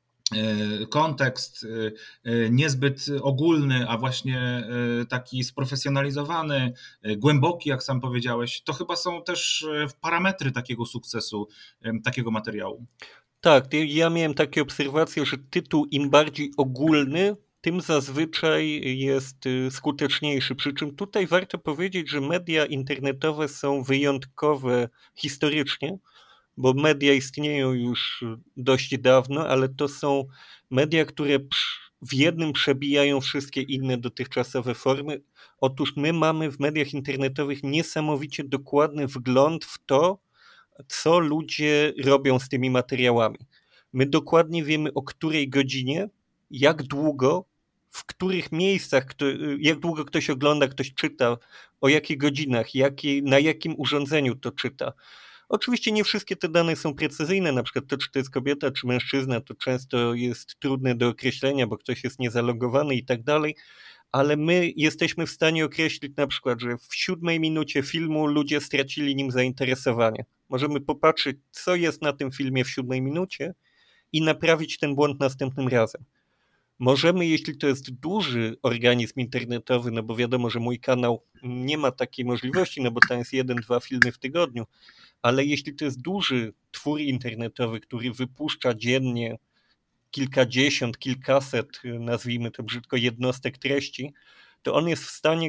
Speaker 1: kontekst, niezbyt ogólny, a właśnie taki sprofesjonalizowany, głęboki, jak sam powiedziałeś, to chyba są też parametry takiego sukcesu, takiego materiału.
Speaker 2: Tak, ja miałem takie obserwacje, że tytuł im bardziej ogólny, tym zazwyczaj jest skuteczniejszy. Przy czym tutaj warto powiedzieć, że media internetowe są wyjątkowe historycznie, bo media istnieją już dość dawno, ale to są media, które w jednym przebijają wszystkie inne dotychczasowe formy. Otóż my mamy w mediach internetowych niesamowicie dokładny wgląd w to, co ludzie robią z tymi materiałami. My dokładnie wiemy, o której godzinie, jak długo, w których miejscach, jak długo ktoś ogląda, ktoś czyta, o jakich godzinach, na jakim urządzeniu to czyta. Oczywiście nie wszystkie te dane są precyzyjne, na przykład to, czy to jest kobieta, czy mężczyzna, to często jest trudne do określenia, bo ktoś jest niezalogowany i tak dalej, ale my jesteśmy w stanie określić na przykład, że w 7 minucie filmu ludzie stracili nim zainteresowanie. Możemy popatrzeć, co jest na tym filmie w 7 minucie i naprawić ten błąd następnym razem. Możemy, jeśli to jest duży organizm internetowy, no bo wiadomo, że mój kanał nie ma takiej możliwości, no bo tam jest 1-2 filmy w tygodniu, ale jeśli to jest duży twór internetowy, który wypuszcza dziennie kilkadziesiąt, kilkaset, nazwijmy to brzydko, jednostek treści, to on jest w stanie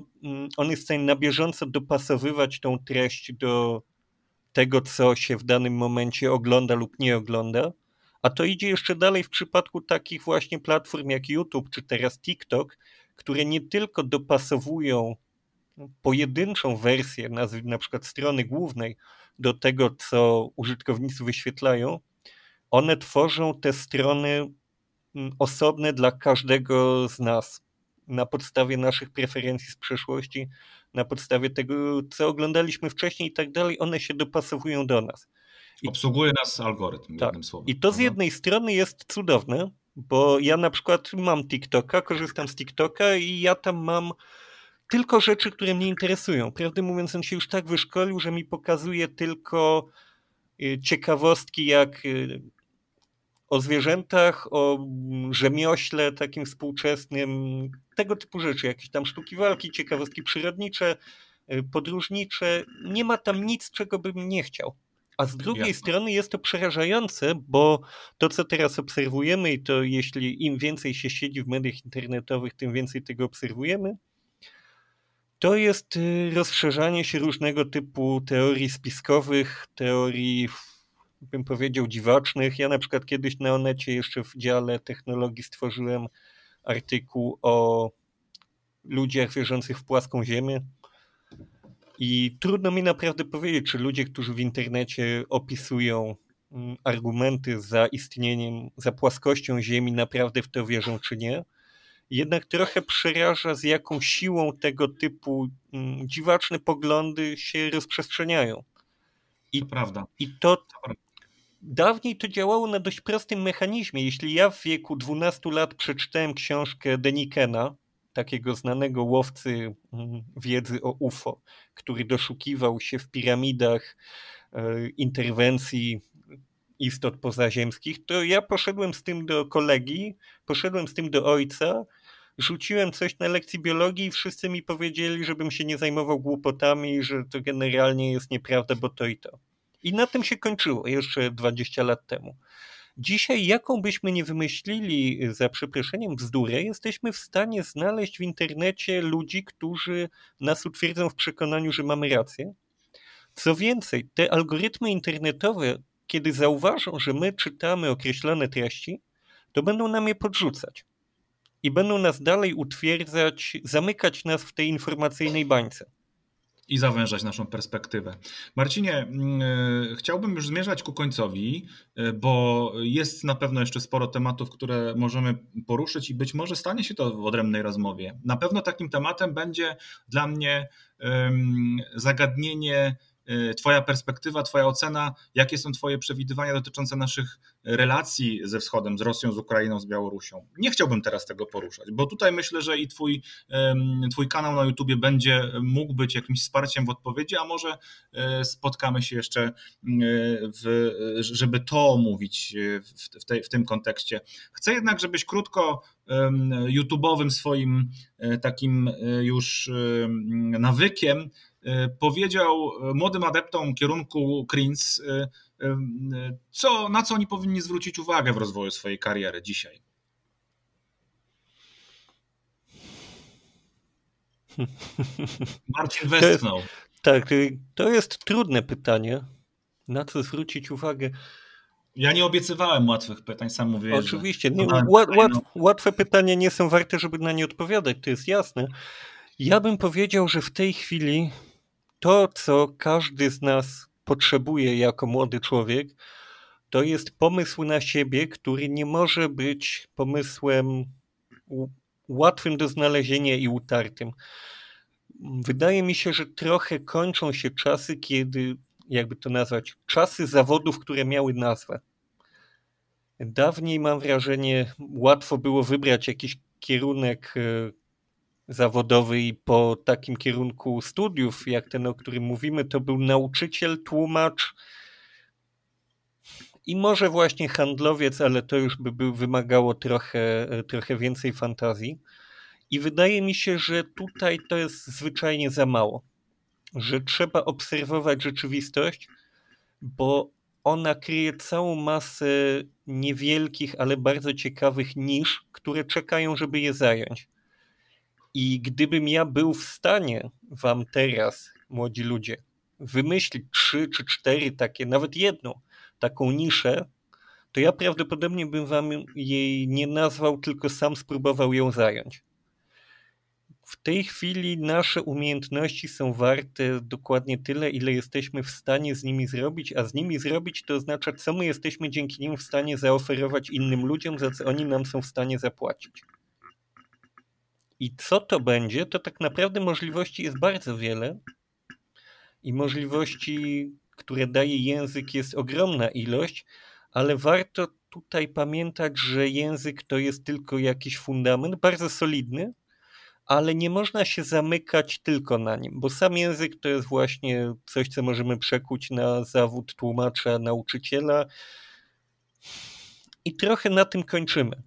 Speaker 2: na bieżąco dopasowywać tą treść do tego, co się w danym momencie ogląda lub nie ogląda. A to idzie jeszcze dalej w przypadku takich właśnie platform jak YouTube czy teraz TikTok, które nie tylko dopasowują pojedynczą wersję na przykład strony głównej do tego, co użytkownicy wyświetlają, one tworzą te strony osobne dla każdego z nas na podstawie naszych preferencji z przeszłości, na podstawie tego, co oglądaliśmy wcześniej i tak dalej, one się dopasowują do nas.
Speaker 1: Obsługuje nas algorytm,
Speaker 2: Tak.
Speaker 1: jednym słowem.
Speaker 2: I to z jednej strony jest cudowne, bo ja na przykład mam TikToka, korzystam z TikToka i ja tam mam tylko rzeczy, które mnie interesują. Prawdę mówiąc, on się już tak wyszkolił, że mi pokazuje tylko ciekawostki jak o zwierzętach, o rzemiośle takim współczesnym, tego typu rzeczy, jakieś tam sztuki walki, ciekawostki przyrodnicze, podróżnicze. Nie ma tam nic, czego bym nie chciał. A z drugiej
Speaker 1: Jasne.
Speaker 2: strony jest to przerażające, bo to, co teraz obserwujemy, i to jeśli im więcej się siedzi w mediach internetowych, tym więcej tego obserwujemy, to jest rozszerzanie się różnego typu teorii spiskowych, teorii, bym powiedział, dziwacznych. Ja na przykład kiedyś na Onecie jeszcze w dziale technologii stworzyłem artykuł o ludziach wierzących w płaską ziemię. I trudno mi naprawdę powiedzieć, czy ludzie, którzy w internecie opisują argumenty za istnieniem, za płaskością Ziemi, naprawdę w to wierzą, czy nie. Jednak trochę przeraża, z jaką siłą tego typu dziwaczne poglądy się rozprzestrzeniają.
Speaker 1: To prawda.
Speaker 2: I dawniej to działało na dość prostym mechanizmie. Jeśli ja w wieku 12 lat przeczytałem książkę Denikena, takiego znanego łowcy wiedzy o UFO, który doszukiwał się w piramidach interwencji istot pozaziemskich, to ja poszedłem z tym do kolegi, poszedłem z tym do ojca, rzuciłem coś na lekcji biologii i wszyscy mi powiedzieli, żebym się nie zajmował głupotami, że to generalnie jest nieprawda, bo to i to. I na tym się kończyło jeszcze 20 lat temu. Dzisiaj, jaką byśmy nie wymyślili, za przeproszeniem, bzdurę, jesteśmy w stanie znaleźć w internecie ludzi, którzy nas utwierdzą w przekonaniu, że mamy rację. Co więcej, te algorytmy internetowe, kiedy zauważą, że my czytamy określone treści, to będą nam je podrzucać. I będą nas dalej utwierdzać, zamykać nas w tej informacyjnej bańce.
Speaker 1: I zawężać naszą perspektywę. Marcinie, chciałbym już zmierzać ku końcowi, bo jest na pewno jeszcze sporo tematów, które możemy poruszyć i być może stanie się to w odrębnej rozmowie. Na pewno takim tematem będzie dla mnie zagadnienie, Twoja perspektywa, Twoja ocena, jakie są Twoje przewidywania dotyczące naszych relacji ze Wschodem, z Rosją, z Ukrainą, z Białorusią. Nie chciałbym teraz tego poruszać, bo tutaj myślę, że i Twój kanał na YouTubie będzie mógł być jakimś wsparciem w odpowiedzi, a może spotkamy się jeszcze, żeby to omówić w tym kontekście. Chcę jednak, żebyś krótko YouTube'owym swoim takim już nawykiem powiedział młodym adeptom kierunku Krins, na co oni powinni zwrócić uwagę w rozwoju swojej kariery dzisiaj. Marcin westchnął.
Speaker 2: Tak, to jest trudne pytanie. Na co zwrócić uwagę?
Speaker 1: Ja nie obiecywałem łatwych pytań, sam mówię.
Speaker 2: Oczywiście, łatwe pytania nie są warte, żeby na nie odpowiadać, to jest jasne. Ja bym powiedział, że w tej chwili to, co każdy z nas potrzebuje jako młody człowiek, to jest pomysł na siebie, który nie może być pomysłem łatwym do znalezienia i utartym. Wydaje mi się, że trochę kończą się czasy, kiedy, jakby to nazwać, czasy zawodów, które miały nazwę. Dawniej, mam wrażenie, łatwo było wybrać jakiś kierunek zawodowy i po takim kierunku studiów, jak ten, o którym mówimy, to był nauczyciel, tłumacz i może właśnie handlowiec, ale to już by wymagało trochę więcej fantazji. I wydaje mi się, że tutaj to jest zwyczajnie za mało, że trzeba obserwować rzeczywistość, bo ona kryje całą masę niewielkich, ale bardzo ciekawych nisz, które czekają, żeby je zająć. I gdybym ja był w stanie wam teraz, młodzi ludzie, wymyślić 3 czy 4 takie, nawet jedną taką niszę, to ja prawdopodobnie bym wam jej nie nazwał, tylko sam spróbował ją zająć. W tej chwili nasze umiejętności są warte dokładnie tyle, ile jesteśmy w stanie z nimi zrobić, a z nimi zrobić to oznacza, co my jesteśmy dzięki nim w stanie zaoferować innym ludziom, za co oni nam są w stanie zapłacić. I co to będzie, to tak naprawdę możliwości jest bardzo wiele i możliwości, które daje język, jest ogromna ilość, ale warto tutaj pamiętać, że język to jest tylko jakiś fundament, bardzo solidny, ale nie można się zamykać tylko na nim, bo sam język to jest właśnie coś, co możemy przekuć na zawód tłumacza, nauczyciela i trochę na tym kończymy.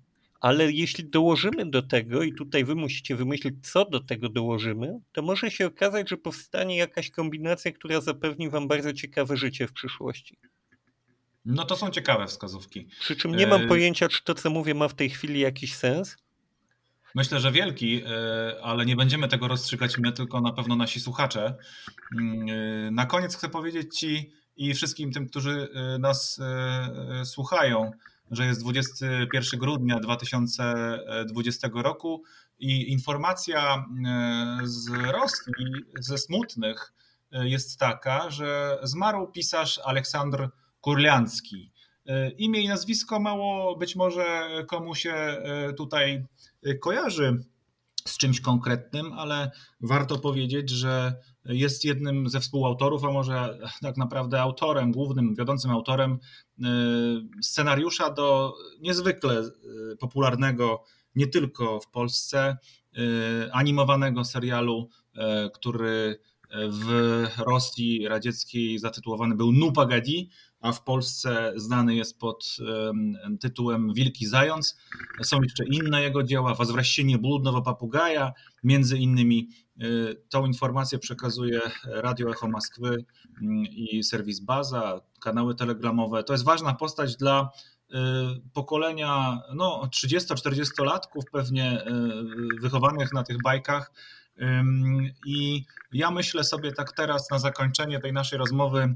Speaker 2: Ale jeśli dołożymy do tego, i tutaj wy musicie wymyślić, co do tego dołożymy, to może się okazać, że powstanie jakaś kombinacja, która zapewni wam bardzo ciekawe życie w przyszłości.
Speaker 1: No to są ciekawe wskazówki.
Speaker 2: Przy czym nie mam pojęcia, czy to, co mówię, ma w tej chwili jakiś sens.
Speaker 1: Myślę, że wielki, ale nie będziemy tego rozstrzygać my, tylko na pewno nasi słuchacze. Na koniec chcę powiedzieć Ci i wszystkim tym, którzy nas słuchają, że jest 21 grudnia 2020 roku i informacja z Rosji, ze smutnych, jest taka, że zmarł pisarz Aleksandr Kurlianski. Imię i nazwisko mało być może komu się tutaj kojarzy z czymś konkretnym, ale warto powiedzieć, że jest jednym ze współautorów, a może tak naprawdę autorem, głównym, wiodącym autorem scenariusza do niezwykle popularnego nie tylko w Polsce animowanego serialu, który w Rosji radzieckiej zatytułowany był "Ну погоди", a w Polsce znany jest pod tytułem Wilki Zając. Są jeszcze inne jego dzieła, Возвращение блудного попугая, między innymi. Tą informację przekazuje Radio Echo Moskwy i serwis Baza, kanały telegramowe. To jest ważna postać dla pokolenia 30-40-latków pewnie wychowanych na tych bajkach. I ja myślę sobie tak teraz na zakończenie tej naszej rozmowy,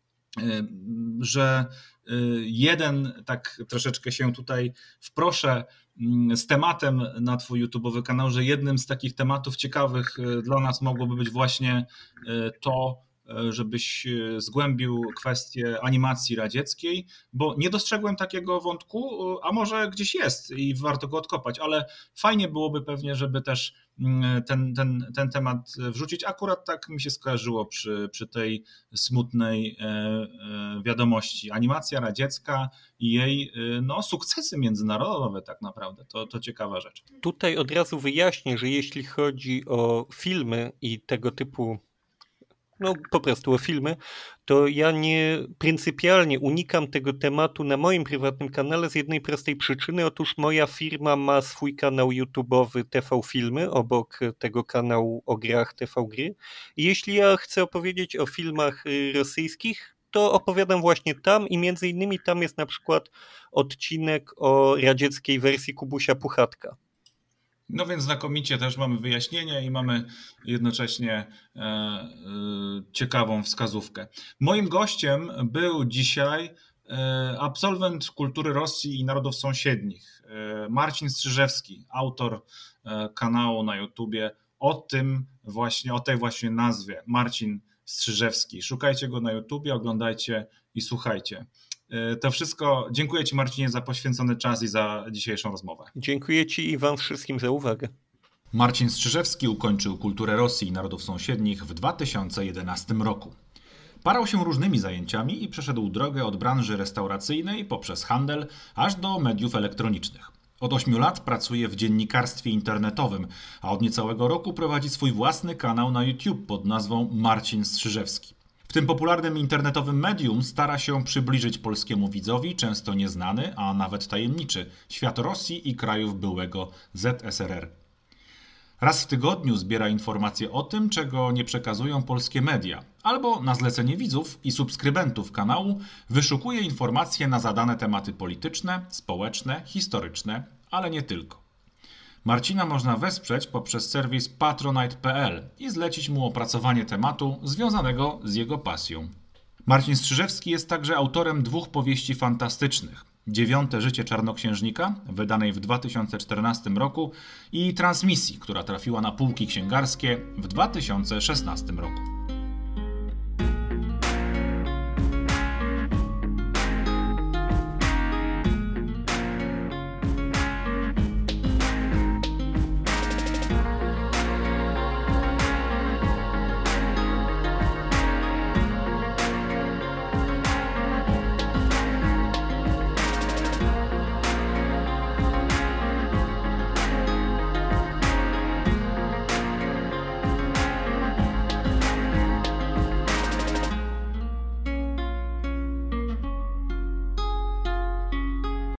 Speaker 1: że jeden, tak troszeczkę się tutaj wproszę z tematem na twój YouTube'owy kanał, że jednym z takich tematów ciekawych dla nas mogłoby być właśnie to, żebyś zgłębił kwestię animacji radzieckiej, bo nie dostrzegłem takiego wątku, a może gdzieś jest i warto go odkopać, ale fajnie byłoby pewnie, żeby też ten temat wrzucić. Akurat tak mi się skojarzyło przy tej smutnej wiadomości. Animacja radziecka i jej sukcesy międzynarodowe tak naprawdę. To ciekawa rzecz.
Speaker 2: Tutaj od razu wyjaśnię, że jeśli chodzi o filmy i tego typu po prostu o filmy, to ja pryncypialnie unikam tego tematu na moim prywatnym kanale z jednej prostej przyczyny. Otóż moja firma ma swój kanał YouTube'owy TV Filmy, obok tego kanału o grach TV Gry. I jeśli ja chcę opowiedzieć o filmach rosyjskich, to opowiadam właśnie tam i między innymi tam jest na przykład odcinek o radzieckiej wersji Kubusia Puchatka.
Speaker 1: No więc znakomicie też mamy wyjaśnienie i mamy jednocześnie ciekawą wskazówkę. Moim gościem był dzisiaj absolwent kultury Rosji i narodów sąsiednich, Marcin Strzyżewski, autor kanału na YouTubie o tej właśnie nazwie, Marcin Strzyżewski. Szukajcie go na YouTubie, oglądajcie i słuchajcie. To wszystko. Dziękuję Ci, Marcinie, za poświęcony czas i za dzisiejszą rozmowę.
Speaker 2: Dziękuję Ci i Wam wszystkim za uwagę.
Speaker 1: Marcin Strzyżewski ukończył kulturę Rosji i narodów sąsiednich w 2011 roku. Parał się różnymi zajęciami i przeszedł drogę od branży restauracyjnej poprzez handel aż do mediów elektronicznych. Od 8 lat pracuje w dziennikarstwie internetowym, a od niecałego roku prowadzi swój własny kanał na YouTube pod nazwą Marcin Strzyżewski. W tym popularnym internetowym medium stara się przybliżyć polskiemu widzowi często nieznany, a nawet tajemniczy świat Rosji i krajów byłego ZSRR. Raz w tygodniu zbiera informacje o tym, czego nie przekazują polskie media, albo na zlecenie widzów i subskrybentów kanału wyszukuje informacje na zadane tematy polityczne, społeczne, historyczne, ale nie tylko. Marcina można wesprzeć poprzez serwis patronite.pl i zlecić mu opracowanie tematu związanego z jego pasją. Marcin Strzyżewski jest także autorem 2 powieści fantastycznych: 9 życie czarnoksiężnika, wydanej w 2014 roku, i Transmisji, która trafiła na półki księgarskie w 2016 roku.